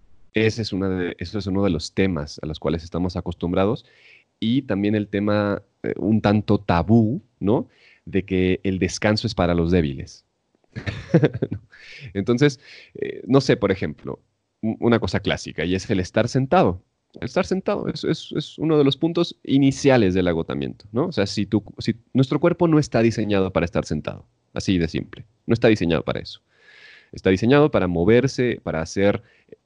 Eso es uno de los temas a los cuales estamos acostumbrados y también el tema un tanto tabú, ¿no? De que el descanso es para los débiles. Entonces, no sé, por ejemplo, una cosa clásica y es el estar sentado. El estar sentado es uno de los puntos iniciales del agotamiento, ¿no? O sea, si nuestro cuerpo no está diseñado para estar sentado, así de simple, no está diseñado para eso. Está diseñado para moverse, para ser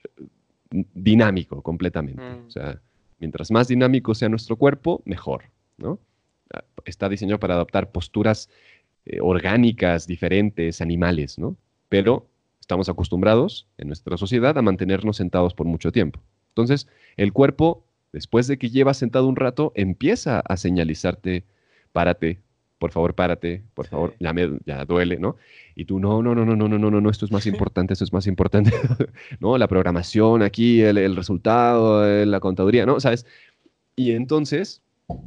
dinámico completamente. O Mm, sea, mientras más dinámico sea nuestro cuerpo, mejor, ¿no? Está diseñado para adoptar posturas orgánicas, diferentes, animales, ¿no? Pero estamos acostumbrados en nuestra sociedad a mantenernos sentados por mucho tiempo. Entonces, el cuerpo, después de que llevas sentado un rato, empieza a señalizarte, párate, párate, por sí. favor, ya duele, ¿no? Y tú, no, esto es más importante, esto es más importante, ¿no? La programación aquí, el resultado, la contaduría, ¿no? ¿Sabes? Y entonces,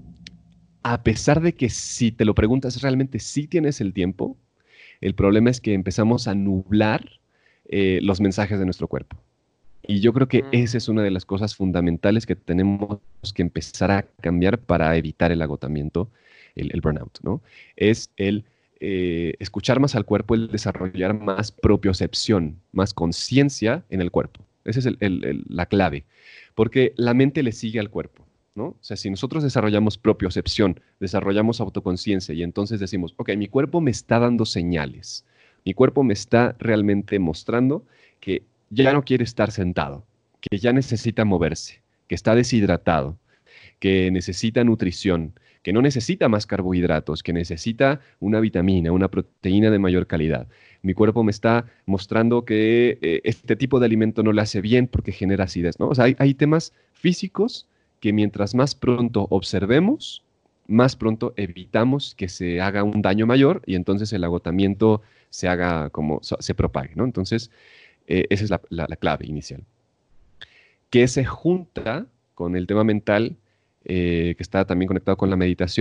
a pesar de que si te lo preguntas realmente sí tienes el tiempo, el problema es que empezamos a nublar los mensajes de nuestro cuerpo. Y yo creo que esa es Mm, una de las cosas fundamentales que tenemos que empezar a cambiar para evitar el agotamiento, el burnout, ¿no? Es el escuchar más al cuerpo, el desarrollar más propiocepción, más conciencia en el cuerpo. Esa es la clave, porque la mente le sigue al cuerpo, ¿no? O sea, si nosotros desarrollamos propiocepción, desarrollamos autoconciencia y entonces decimos, ok, mi cuerpo me está dando señales, mi cuerpo me está realmente mostrando que ya no quiere estar sentado, que ya necesita moverse, que está deshidratado, que necesita nutrición, que no necesita más carbohidratos, que necesita una vitamina, una proteína de mayor calidad. Mi cuerpo me está mostrando que este tipo de alimento no le hace bien porque genera acidez, ¿no? O sea, hay temas físicos que mientras más pronto observemos, más pronto evitamos que se haga un daño mayor y entonces el agotamiento se haga como se propague, ¿no? Entonces, esa es la clave inicial. Que se junta con el tema mental, que está también conectado con la meditación,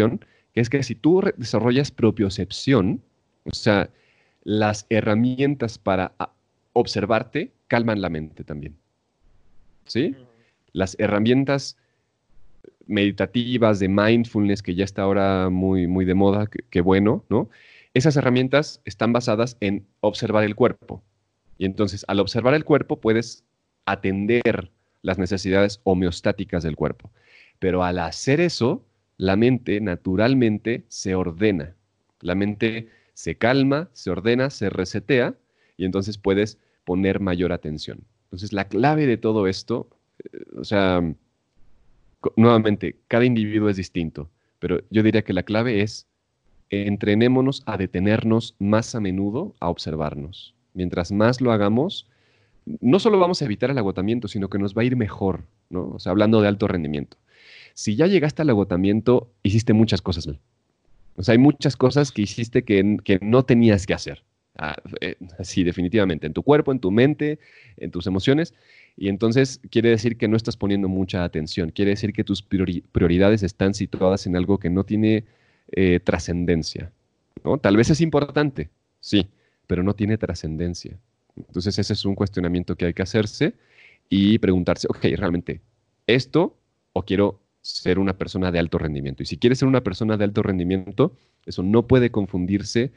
que es que si tú desarrollas propiocepción, o sea, las herramientas para observarte calman la mente también, ¿sí? Las herramientas meditativas de mindfulness, que ya está ahora muy, muy de moda, que bueno, ¿no? Esas herramientas están basadas en observar el cuerpo. Y entonces, al observar el cuerpo, puedes atender las necesidades homeostáticas del cuerpo. Pero al hacer eso, la mente naturalmente se ordena. La mente se calma, se ordena, se resetea, y entonces puedes poner mayor atención. Entonces, la clave de todo esto, o sea, nuevamente, cada individuo es distinto, pero yo diría que la clave es entrenémonos a detenernos más a menudo, a observarnos. Mientras más lo hagamos, no solo vamos a evitar el agotamiento, sino que nos va a ir mejor, ¿no? O sea, hablando de alto rendimiento. Si ya llegaste al agotamiento, hiciste muchas cosas mal. O sea, hay muchas cosas que hiciste que no tenías que hacer. Sí, definitivamente, en tu cuerpo, en tu mente, en tus emociones. Y entonces quiere decir que no estás poniendo mucha atención. Quiere decir que tus prioridades están situadas en algo que no tiene trascendencia, ¿no? Tal vez es importante, sí, pero no tiene trascendencia. Entonces ese es un cuestionamiento que hay que hacerse y preguntarse, ok, realmente, ¿esto o quiero ser una persona de alto rendimiento? Y si quieres ser una persona de alto rendimiento, eso no puede confundirse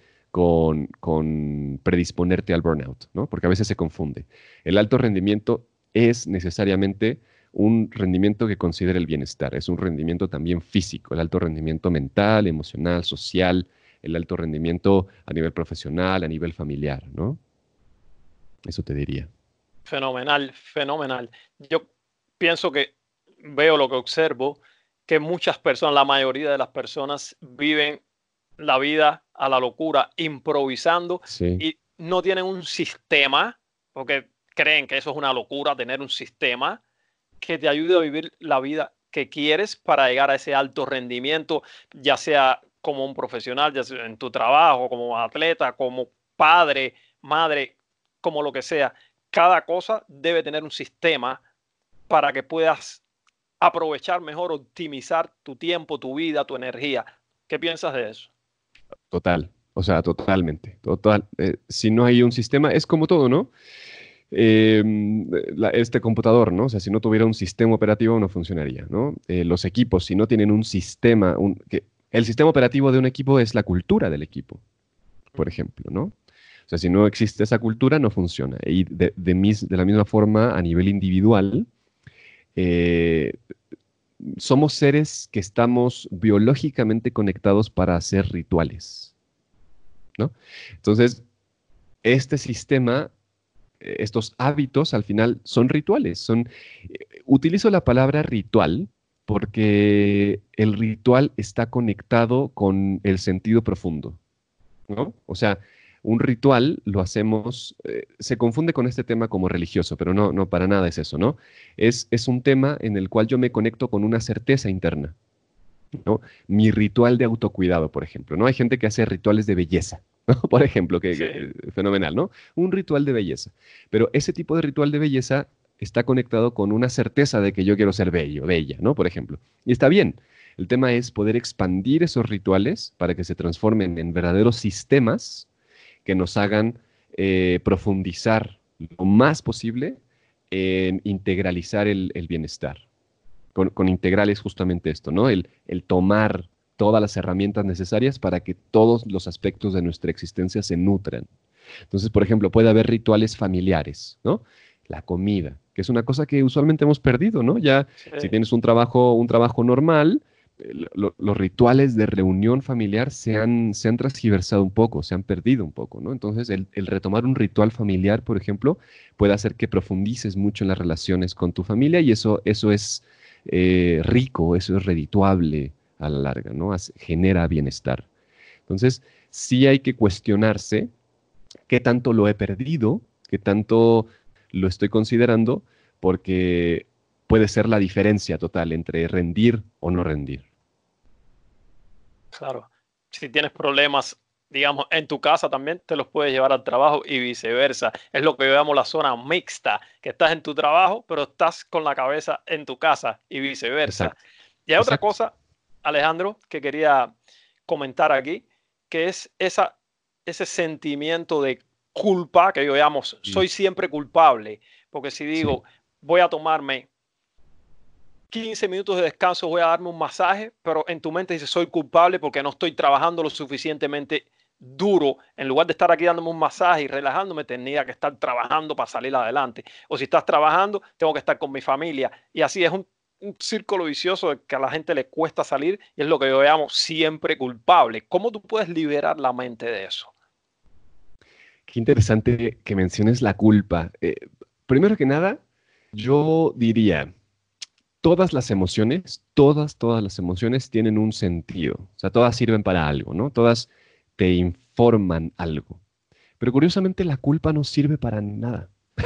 con predisponerte al burnout, ¿no? Porque a veces se confunde. El alto rendimiento es necesariamente un rendimiento que considere el bienestar, es un rendimiento también físico, el alto rendimiento mental, emocional, social, el alto rendimiento a nivel profesional, a nivel familiar, ¿no? Eso te diría. Fenomenal, fenomenal. Yo pienso que veo lo que observo, que muchas personas, la mayoría de las personas viven la vida a la locura, improvisando Sí, y no tienen un sistema, porque creen que eso es una locura, tener un sistema que te ayude a vivir la vida que quieres para llegar a ese alto rendimiento, ya sea como un profesional, ya sea en tu trabajo, como atleta, como padre, madre, como lo que sea. Cada cosa debe tener un sistema para que puedas aprovechar mejor, optimizar tu tiempo, tu vida, tu energía. ¿Qué piensas de eso? total. O sea, totalmente. Total. Si no hay un sistema, es como todo, ¿no? Eh, este computador, ¿no? O sea, si no tuviera un sistema operativo no funcionaría, ¿no? Los equipos, si no tienen un sistema, el sistema operativo de un equipo es la cultura del equipo, por ejemplo, ¿no? O sea, si no existe esa cultura, no funciona. Y de la misma forma, a nivel individual, eh, somos seres que estamos biológicamente conectados para hacer rituales, ¿no? Entonces, este sistema, estos hábitos al final son rituales. Utilizo la palabra ritual porque el ritual está conectado con el sentido profundo, ¿no? O sea, un ritual lo hacemos, se confunde con este tema como religioso, pero no, no para nada es eso, ¿no? Es un tema en el cual yo me conecto con una certeza interna, ¿no? Mi ritual de autocuidado, por ejemplo, ¿no? Hay gente que hace rituales de belleza, ¿no? Por ejemplo, Sí, fenomenal, ¿no? Un ritual de belleza. Pero ese tipo de ritual de belleza está conectado con una certeza de que yo quiero ser bello, bella, ¿no? Por ejemplo. Y está bien. El tema es poder expandir esos rituales para que se transformen en verdaderos sistemas que nos hagan profundizar lo más posible en integralizar el bienestar. Con integral es justamente esto, ¿no? El tomar todas las herramientas necesarias para que todos los aspectos de nuestra existencia se nutran. Entonces, por ejemplo, puede haber rituales familiares, ¿no? La comida, que es una cosa que usualmente hemos perdido, ¿no? Ya, sí, si tienes un trabajo normal, los rituales de reunión familiar se han transgiversado un poco, se han perdido un poco, ¿no? Entonces, el retomar un ritual familiar, por ejemplo, puede hacer que profundices mucho en las relaciones con tu familia y eso es rico, eso es redituable a la larga, ¿no? Genera bienestar. Entonces, sí hay que cuestionarse qué tanto lo he perdido, qué tanto lo estoy considerando, porque puede ser la diferencia total entre rendir o no rendir. claro. Si tienes problemas, digamos, en tu casa también, te los puedes llevar al trabajo y viceversa. Es lo que llamamos la zona mixta, que estás en tu trabajo, pero estás con la cabeza en tu casa y viceversa. Exacto, Y hay otra exacto. cosa, Alejandro, que quería comentar aquí, que es ese sentimiento de culpa que yo llamo, soy siempre culpable, porque si digo, voy a tomarme 15 minutos de descanso, voy a darme un masaje, pero en tu mente dices, soy culpable porque no estoy trabajando lo suficientemente duro. En lugar de estar aquí dándome un masaje y relajándome, tenía que estar trabajando para salir adelante. O si estás trabajando, tengo que estar con mi familia. Y así es un círculo vicioso que a la gente le cuesta salir y es lo que yo llamo siempre culpable. ¿Cómo tú puedes liberar la mente de eso? Qué interesante que menciones la culpa. Primero que nada, yo diría, todas las emociones tienen un sentido. O sea, todas sirven para algo, ¿no? Todas te informan algo. Pero curiosamente la culpa no sirve para nada.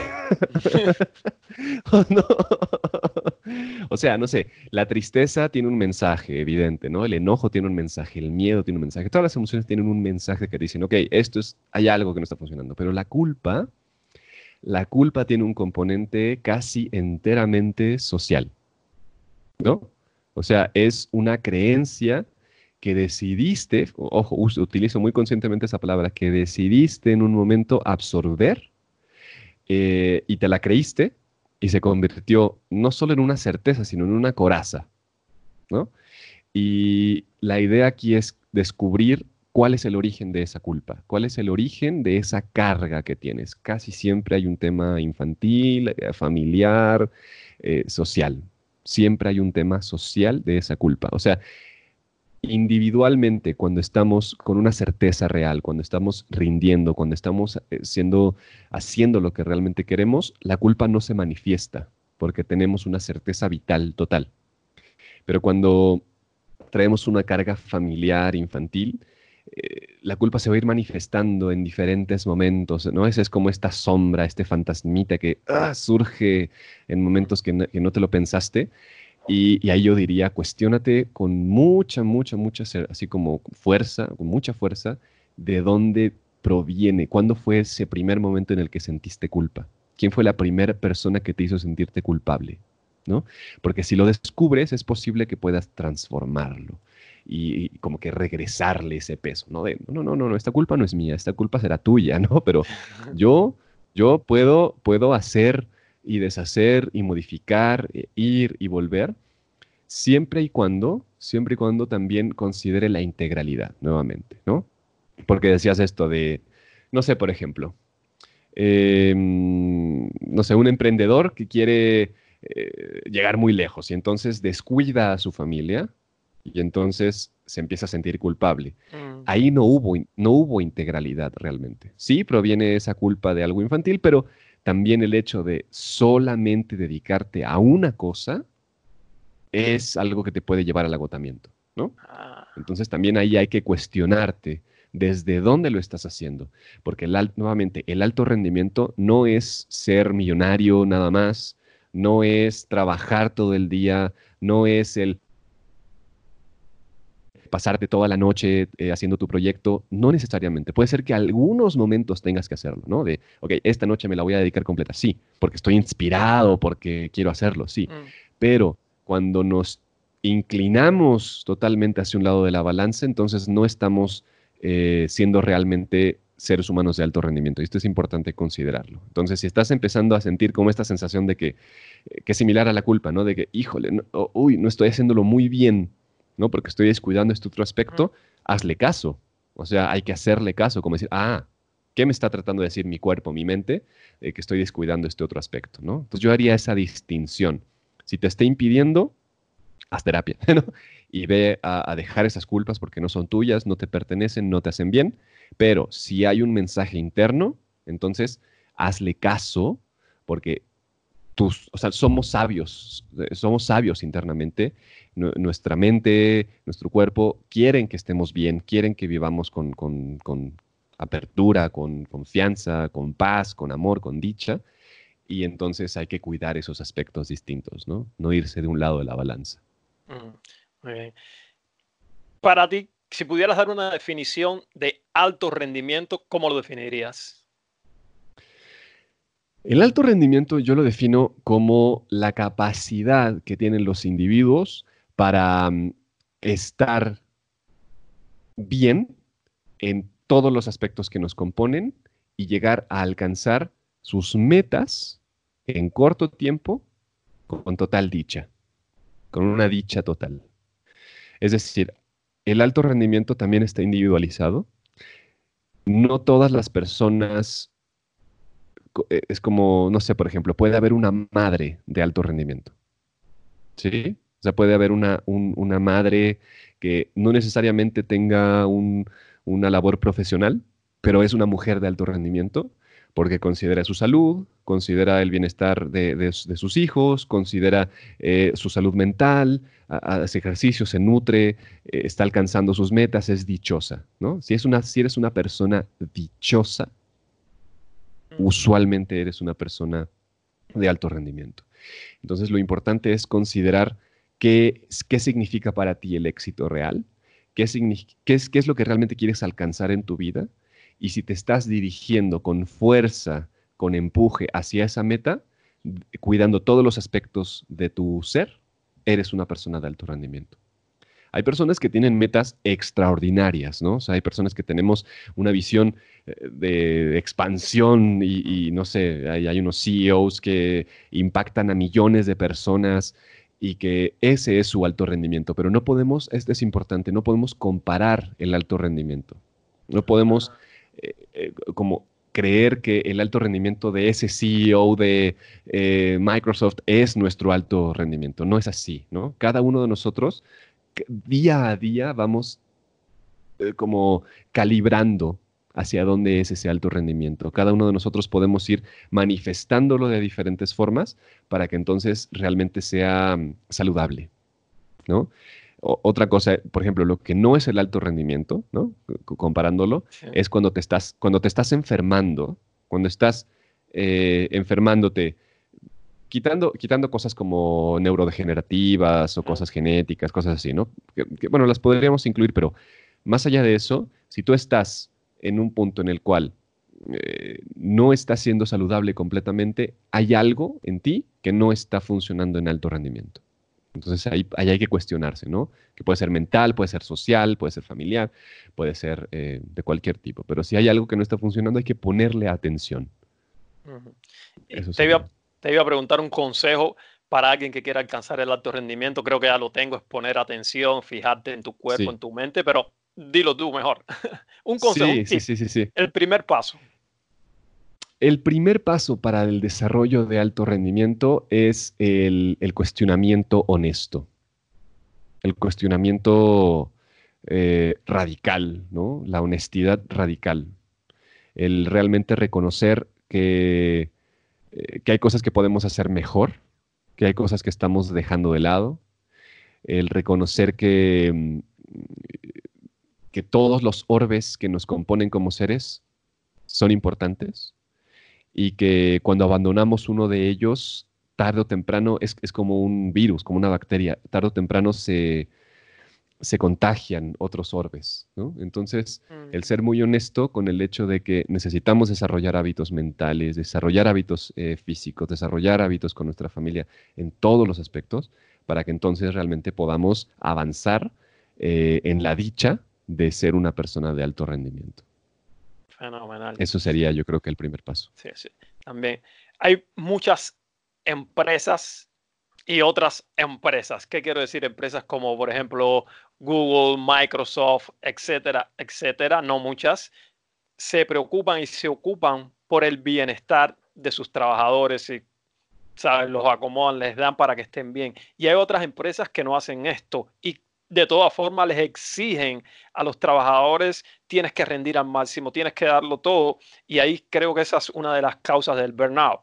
No. O sea, no sé, la tristeza tiene un mensaje evidente, ¿no? El enojo tiene un mensaje, el miedo tiene un mensaje. Todas las emociones tienen un mensaje que dicen, ok, hay algo que no está funcionando. Pero la culpa tiene un componente casi enteramente social, ¿no? O sea, es una creencia que decidiste, ojo, utilizo muy conscientemente esa palabra, que decidiste en un momento absorber y te la creíste y se convirtió no solo en una certeza, sino en una coraza, ¿no? Y la idea aquí es descubrir cuál es el origen de esa culpa, cuál es el origen de esa carga que tienes. Casi siempre hay un tema infantil, familiar, social. Siempre hay un tema social de esa culpa. O sea, individualmente, cuando estamos con una certeza real, cuando estamos rindiendo, cuando estamos haciendo lo que realmente queremos, la culpa no se manifiesta porque tenemos una certeza vital total. Pero cuando traemos una carga familiar, infantil, la culpa se va a ir manifestando en diferentes momentos, ¿no? Esa es como esta sombra, este fantasmita que surge en momentos que no te lo pensaste. Y ahí yo diría, cuestiónate con así como fuerza, con mucha fuerza, de dónde proviene, cuándo fue ese primer momento en el que sentiste culpa. ¿Quién fue la primera persona que te hizo sentirte culpable? ¿No? Porque si lo descubres, es posible que puedas transformarlo y como que regresarle ese peso, ¿no? No, esta culpa no es mía, esta culpa será tuya, ¿no? Pero yo, yo puedo hacer y deshacer y modificar, ir y volver, siempre y cuando también considere la integralidad, nuevamente, ¿no? Porque decías esto de, no sé, por ejemplo, no sé, un emprendedor que quiere llegar muy lejos y entonces descuida a su familia y entonces se empieza a sentir culpable. Ahí no hubo integralidad realmente. Sí, proviene esa culpa de algo infantil, pero también el hecho de solamente dedicarte a una cosa es algo que te puede llevar al agotamiento, ¿no? Entonces también ahí hay que cuestionarte desde dónde lo estás haciendo, porque nuevamente el alto rendimiento no es ser millonario nada más, no es trabajar todo el día, no es el pasarte toda la noche haciendo tu proyecto, no necesariamente. Puede ser que algunos momentos tengas que hacerlo, ¿no? De, ok, esta noche me la voy a dedicar completa, sí, porque estoy inspirado, porque quiero hacerlo, sí, pero cuando nos inclinamos totalmente hacia un lado de la balanza, entonces no estamos siendo realmente seres humanos de alto rendimiento. Y esto es importante considerarlo. Entonces, si estás empezando a sentir como esta sensación de que es similar a la culpa, ¿no? De que, híjole, no estoy haciéndolo muy bien, ¿no? Porque estoy descuidando este otro aspecto, hazle caso. O sea, hay que hacerle caso, como decir, ¿qué me está tratando de decir mi cuerpo, mi mente? Que estoy descuidando este otro aspecto, ¿no? Entonces yo haría esa distinción. Si te está impidiendo, haz terapia, ¿no? Y ve a dejar esas culpas porque no son tuyas, no te pertenecen, no te hacen bien. Pero si hay un mensaje interno, entonces hazle caso porque o sea, somos sabios internamente. Nuestra mente, nuestro cuerpo quieren que estemos bien, quieren que vivamos con apertura, con confianza, con paz, con amor, con dicha. Y entonces hay que cuidar esos aspectos distintos, ¿no? No irse de un lado de la balanza. Muy bien. Para ti, si pudieras dar una definición de alto rendimiento, ¿cómo lo definirías? El alto rendimiento yo lo defino como la capacidad que tienen los individuos para estar bien en todos los aspectos que nos componen y llegar a alcanzar sus metas en corto tiempo con total dicha, con una dicha total. Es decir, el alto rendimiento también está individualizado. No todas las personas, es como, no sé, por ejemplo, puede haber una madre de alto rendimiento, ¿sí? O sea, puede haber una madre que no necesariamente tenga una labor profesional, pero es una mujer de alto rendimiento porque considera su salud, considera el bienestar de sus hijos, considera su salud mental, hace ejercicio, se nutre, está alcanzando sus metas, es dichosa, ¿no? Si eres una persona dichosa, usualmente eres una persona de alto rendimiento. Entonces, lo importante es considerar qué significa para ti el éxito real, qué es lo que realmente quieres alcanzar en tu vida, y si te estás dirigiendo con fuerza, con empuje hacia esa meta, cuidando todos los aspectos de tu ser, eres una persona de alto rendimiento. Hay personas que tienen metas extraordinarias, ¿no? O sea, hay personas que tenemos una visión de expansión y no sé, hay unos CEOs que impactan a millones de personas y que ese es su alto rendimiento, pero no podemos, esto es importante, no podemos comparar el alto rendimiento. No podemos como creer que el alto rendimiento de ese CEO de Microsoft es nuestro alto rendimiento. No es así, ¿no? Cada uno de nosotros día a día vamos como calibrando hacia dónde es ese alto rendimiento. Cada uno de nosotros podemos ir manifestándolo de diferentes formas para que entonces realmente sea saludable, ¿no? Otra cosa, por ejemplo, lo que no es el alto rendimiento, ¿no? Comparándolo, Sí. es cuando te estás enfermando, cuando estás enfermándote, quitando cosas como neurodegenerativas o cosas genéticas, cosas así, ¿no? Bueno, las podríamos incluir, pero más allá de eso, si tú estás en un punto en el cual no estás siendo saludable completamente, hay algo en ti que no está funcionando en alto rendimiento. Entonces ahí hay que cuestionarse, ¿no? Que puede ser mental, puede ser social, puede ser familiar, puede ser de cualquier tipo. Pero si hay algo que no está funcionando, hay que ponerle atención. Ujú. Y Eso te sería. iba a preguntar un consejo para alguien que quiera alcanzar el alto rendimiento. Creo que ya lo tengo, es poner atención, fijarte en tu cuerpo, Sí. en tu mente, pero dilo tú mejor. Un consejo, un Sí, sí, tip, sí, sí, sí. el primer paso. El primer paso para el desarrollo de alto rendimiento es el cuestionamiento honesto, el cuestionamiento radical, ¿no? La honestidad radical, el realmente reconocer que hay cosas que podemos hacer mejor, que hay cosas que estamos dejando de lado, el reconocer que todos los orbes que nos componen como seres son importantes y que cuando abandonamos uno de ellos, tarde o temprano, es como un virus, como una bacteria, tarde o temprano se contagian otros orbes, ¿no? Entonces, el Mm, ser muy honesto con el hecho de que necesitamos desarrollar hábitos mentales, desarrollar hábitos físicos, desarrollar hábitos con nuestra familia en todos los aspectos, para que entonces realmente podamos avanzar en la dicha de ser una persona de alto rendimiento. Fenomenal. Eso sería, yo creo que el primer paso. Sí, sí. También hay muchas empresas y otras empresas. ¿Qué quiero decir? Empresas como, por ejemplo, Google, Microsoft, etcétera, etcétera. No muchas se preocupan y se ocupan por el bienestar de sus trabajadores y, ¿sabes? Los acomodan, les dan para que estén bien. Y hay otras empresas que no hacen esto y de todas formas les exigen a los trabajadores, tienes que rendir al máximo, tienes que darlo todo. Y ahí creo que esa es una de las causas del burnout.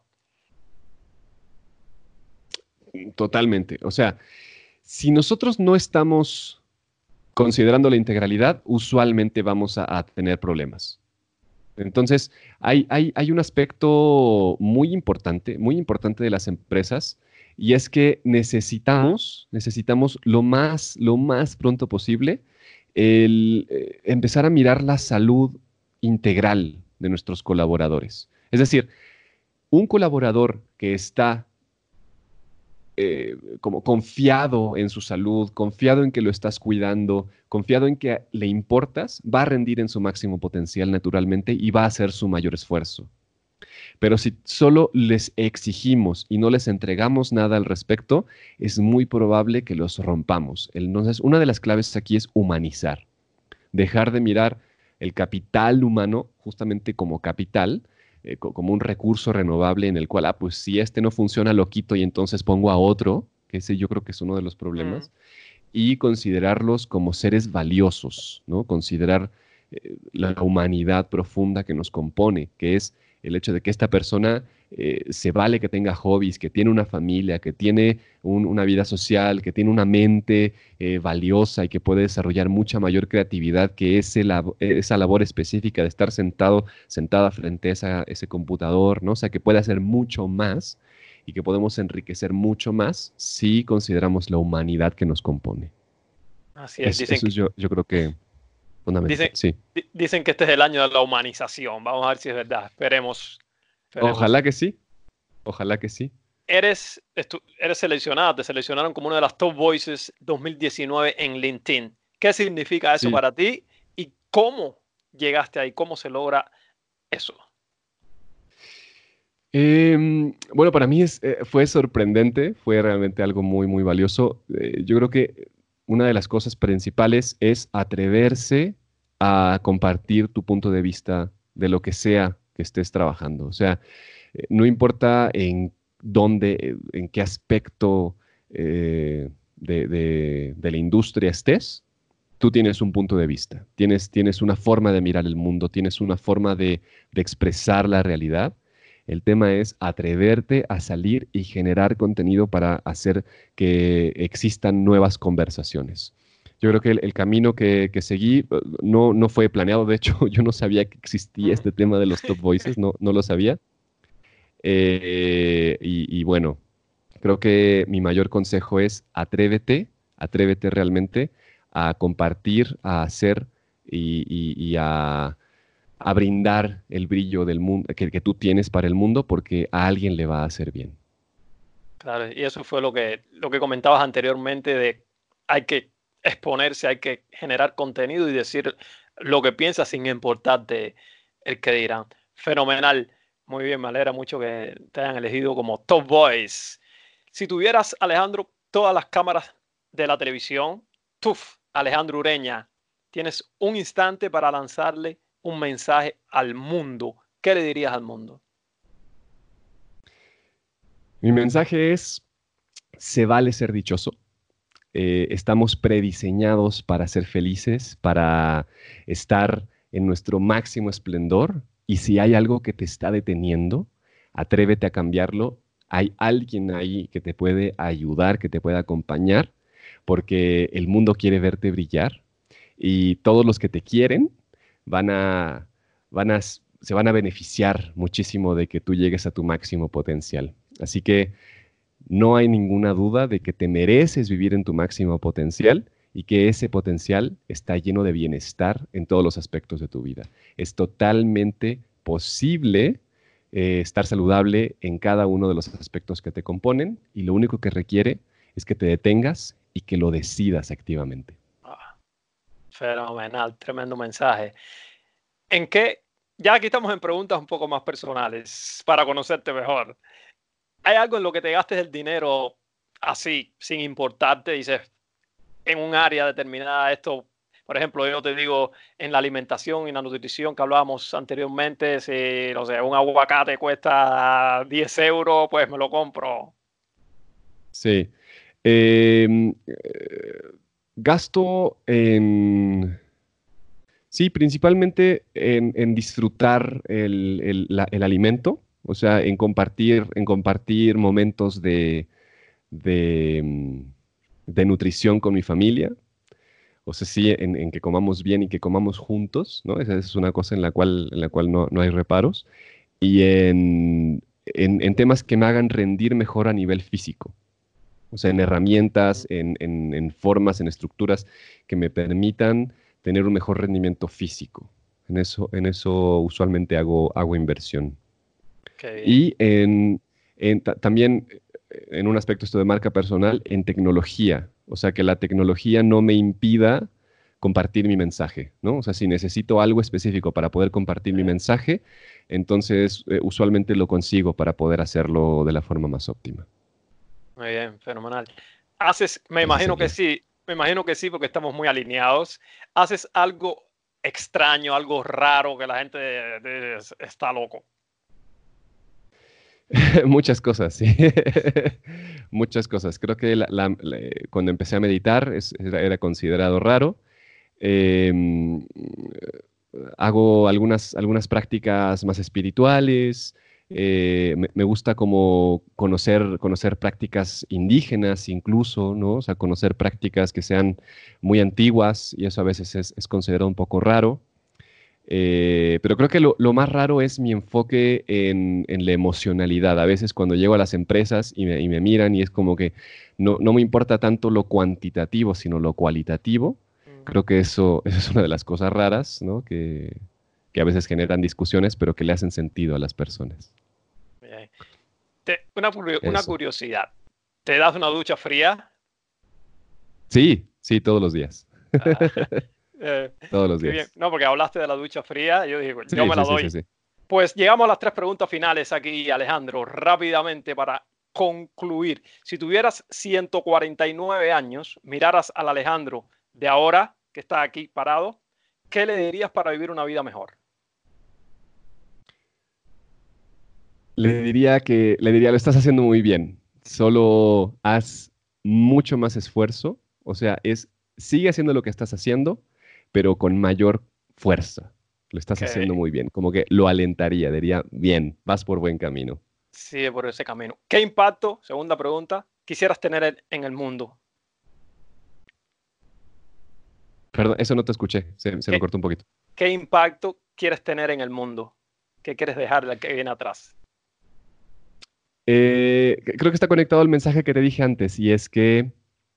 Totalmente. O sea, si nosotros no estamos considerando la integralidad, usualmente vamos a tener problemas. Entonces, hay un aspecto muy importante de las empresas, y es que necesitamos lo más pronto posible empezar a mirar la salud integral de nuestros colaboradores. Es decir, un colaborador que está como confiado en su salud, confiado en que lo estás cuidando, confiado en que le importas, va a rendir en su máximo potencial naturalmente y va a hacer su mayor esfuerzo. Pero si solo les exigimos y no les entregamos nada al respecto, es muy probable que los rompamos. Entonces, una de las claves aquí es humanizar, dejar de mirar el capital humano justamente como capital, como un recurso renovable en el cual, pues si este no funciona, lo quito y entonces pongo a otro, que ese yo creo que es uno de los problemas, y considerarlos como seres valiosos, ¿no? Considerar la humanidad profunda que nos compone, que es el hecho de que esta persona se vale que tenga hobbies, que tiene una familia, que tiene una vida social, que tiene una mente valiosa y que puede desarrollar mucha mayor creatividad que esa labor específica de estar sentada frente a ese computador, ¿no? O sea, que puede hacer mucho más y que podemos enriquecer mucho más si consideramos la humanidad que nos compone. Así es, Eso es yo creo que fundamental, sí. Dicen que este es el año de la humanización. Vamos a ver si es verdad. Esperemos. Ojalá que sí. Ojalá que sí. Eres seleccionado, te seleccionaron como una de las Top Voices 2019 en LinkedIn. ¿Qué significa eso para ti y cómo llegaste ahí? ¿Cómo se logra eso? Bueno, para mí fue sorprendente, fue realmente algo muy, muy valioso. Yo creo que una de las cosas principales es atreverse a compartir tu punto de vista de lo que sea que estés trabajando. O sea, no importa en dónde, en qué aspecto de la industria estés, tú tienes un punto de vista, tienes una forma de mirar el mundo, tienes una forma de expresar la realidad. El tema es atreverte a salir y generar contenido para hacer que existan nuevas conversaciones. Yo creo que el camino que seguí no fue planeado. De hecho, yo no sabía que existía este tema de los Top Voices, no lo sabía. Y bueno, creo que mi mayor consejo es atrévete realmente a compartir, a hacer y a brindar el brillo del mundo que tú tienes para el mundo, porque a alguien le va a hacer bien. Claro, y eso fue lo que comentabas anteriormente de hay que exponerse, hay que generar contenido y decir lo que piensas sin importarte el que dirán. Fenomenal. Muy bien, me alegra mucho que te hayan elegido como Top Voice. Si tuvieras, Alejandro, todas las cámaras de la televisión, Alejandro Ureña, tienes un instante para lanzarle un mensaje al mundo. ¿Qué le dirías al mundo? Mi mensaje es, se vale ser dichoso. Estamos prediseñados para ser felices, para estar en nuestro máximo esplendor. Y si hay algo que te está deteniendo, atrévete a cambiarlo. Hay alguien ahí que te puede ayudar, que te puede acompañar, porque el mundo quiere verte brillar y todos los que te quieren se van a beneficiar muchísimo de que tú llegues a tu máximo potencial. Así que no hay ninguna duda de que te mereces vivir en tu máximo potencial y que ese potencial está lleno de bienestar en todos los aspectos de tu vida. Es totalmente posible estar saludable en cada uno de los aspectos que te componen y lo único que requiere es que te detengas y que lo decidas activamente. Fenomenal, tremendo mensaje. Ya aquí estamos en preguntas un poco más personales para conocerte mejor. ¿Hay algo en lo que te gastes el dinero así, sin importarte? Dices, en un área determinada, esto, por ejemplo, yo te digo, en la alimentación y la nutrición que hablábamos anteriormente, si, no sé, un aguacate cuesta 10 euros, pues me lo compro. Sí. Gasto en... Sí, principalmente en disfrutar el alimento, o sea, en compartir momentos de nutrición con mi familia. O sea, sí, en que comamos bien y que comamos juntos, ¿no? Esa es una cosa en la cual no hay reparos. Y en temas que me hagan rendir mejor a nivel físico. O sea, en herramientas, en formas, en estructuras que me permitan tener un mejor rendimiento físico. En eso usualmente hago inversión. Y también en un aspecto esto de marca personal, en tecnología. O sea, que la tecnología no me impida compartir mi mensaje, ¿no? O sea, si necesito algo específico para poder compartir mi mensaje, entonces usualmente lo consigo para poder hacerlo de la forma más óptima. Muy bien, fenomenal. Me Ese imagino que sería. sí, me imagino que sí, porque estamos muy alineados. ¿Haces algo extraño, algo raro que la gente está loco? Muchas cosas, sí. Muchas cosas. Creo que cuando empecé a meditar era considerado raro. Em, Hago algunas prácticas más espirituales. Me gusta como conocer prácticas indígenas incluso, ¿no? O sea, conocer prácticas que sean muy antiguas y eso a veces es considerado un poco raro. Pero creo que lo más raro es mi enfoque en la emocionalidad. A veces cuando llego a las empresas y me miran y es como que no me importa tanto lo cuantitativo, sino lo cualitativo. Creo que eso es una de las cosas raras, ¿no? Que a veces generan discusiones, pero que le hacen sentido a las personas. Bien. Una Eso. curiosidad. ¿Te das una ducha fría? Sí, sí, todos los días. Ah, eh, Todos los qué bien. días. No, porque hablaste de la ducha fría. Yo dije, yo Sí, me la sí, sí, sí, doy. sí. Pues llegamos a las 3 preguntas finales aquí, Alejandro, rápidamente para concluir. Si tuvieras 149 años, miraras al Alejandro de ahora, que está aquí parado, ¿qué le dirías para vivir una vida mejor? Le diría, lo estás haciendo muy bien. Solo haz mucho más esfuerzo. O sea, sigue haciendo lo que estás haciendo, pero con mayor fuerza. Lo estás haciendo Que muy bien. Como que lo alentaría, diría, bien, vas por buen camino. sigue por ese camino. ¿Qué impacto, segunda pregunta, quisieras tener en el mundo? Perdón, eso no te escuché, se me ¿Qué, cortó un poquito. qué impacto quieres tener en el mundo? ¿Qué quieres dejar del que viene atrás? Creo que está conectado al mensaje que te dije antes, y es que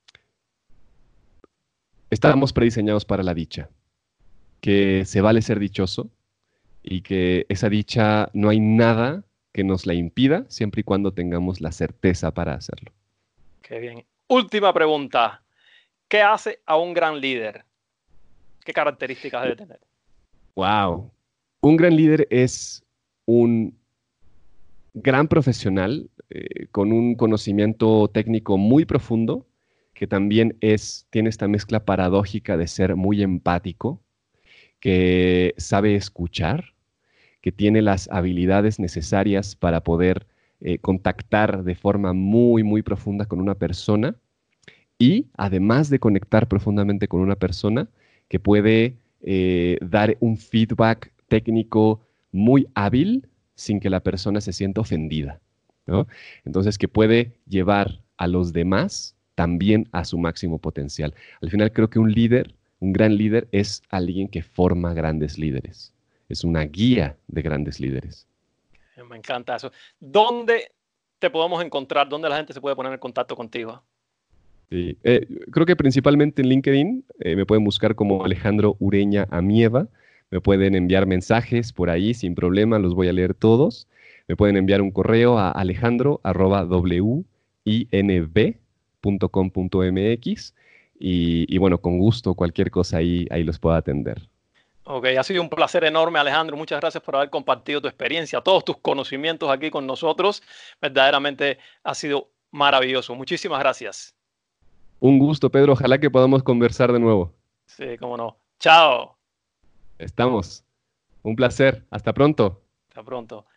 estamos prediseñados para la dicha, que se vale ser dichoso y que esa dicha no hay nada que nos la impida siempre y cuando tengamos la certeza para hacerlo. Qué bien. Última pregunta. ¿Qué hace a un gran líder? ¿Qué características debe tener? Wow. Un gran líder es un gran profesional con un conocimiento técnico muy profundo, que también tiene esta mezcla paradójica de ser muy empático, que sabe escuchar, que tiene las habilidades necesarias para poder contactar de forma muy, muy profunda con una persona y además de conectar profundamente con una persona, que puede dar un feedback técnico muy hábil sin que la persona se sienta ofendida, ¿no? Entonces, que puede llevar a los demás también a su máximo potencial. Al final creo que un líder, un gran líder, es alguien que forma grandes líderes. Es una guía de grandes líderes. Me encanta eso. ¿Dónde te podemos encontrar? ¿Dónde la gente se puede poner en contacto contigo? Sí. Creo que principalmente en LinkedIn me pueden buscar como Alejandro Ureña Amieva. Me pueden enviar mensajes por ahí sin problema, los voy a leer todos. Me pueden enviar un correo a alejandro@winb.com.mx y bueno, con gusto, cualquier cosa ahí los puedo atender. Ok, ha sido un placer enorme, Alejandro. Muchas gracias por haber compartido tu experiencia, todos tus conocimientos aquí con nosotros. Verdaderamente ha sido maravilloso. Muchísimas gracias. Un gusto, Pedro. Ojalá que podamos conversar de nuevo. Sí, cómo no. Chao. Estamos. Un placer. Hasta pronto. Hasta pronto.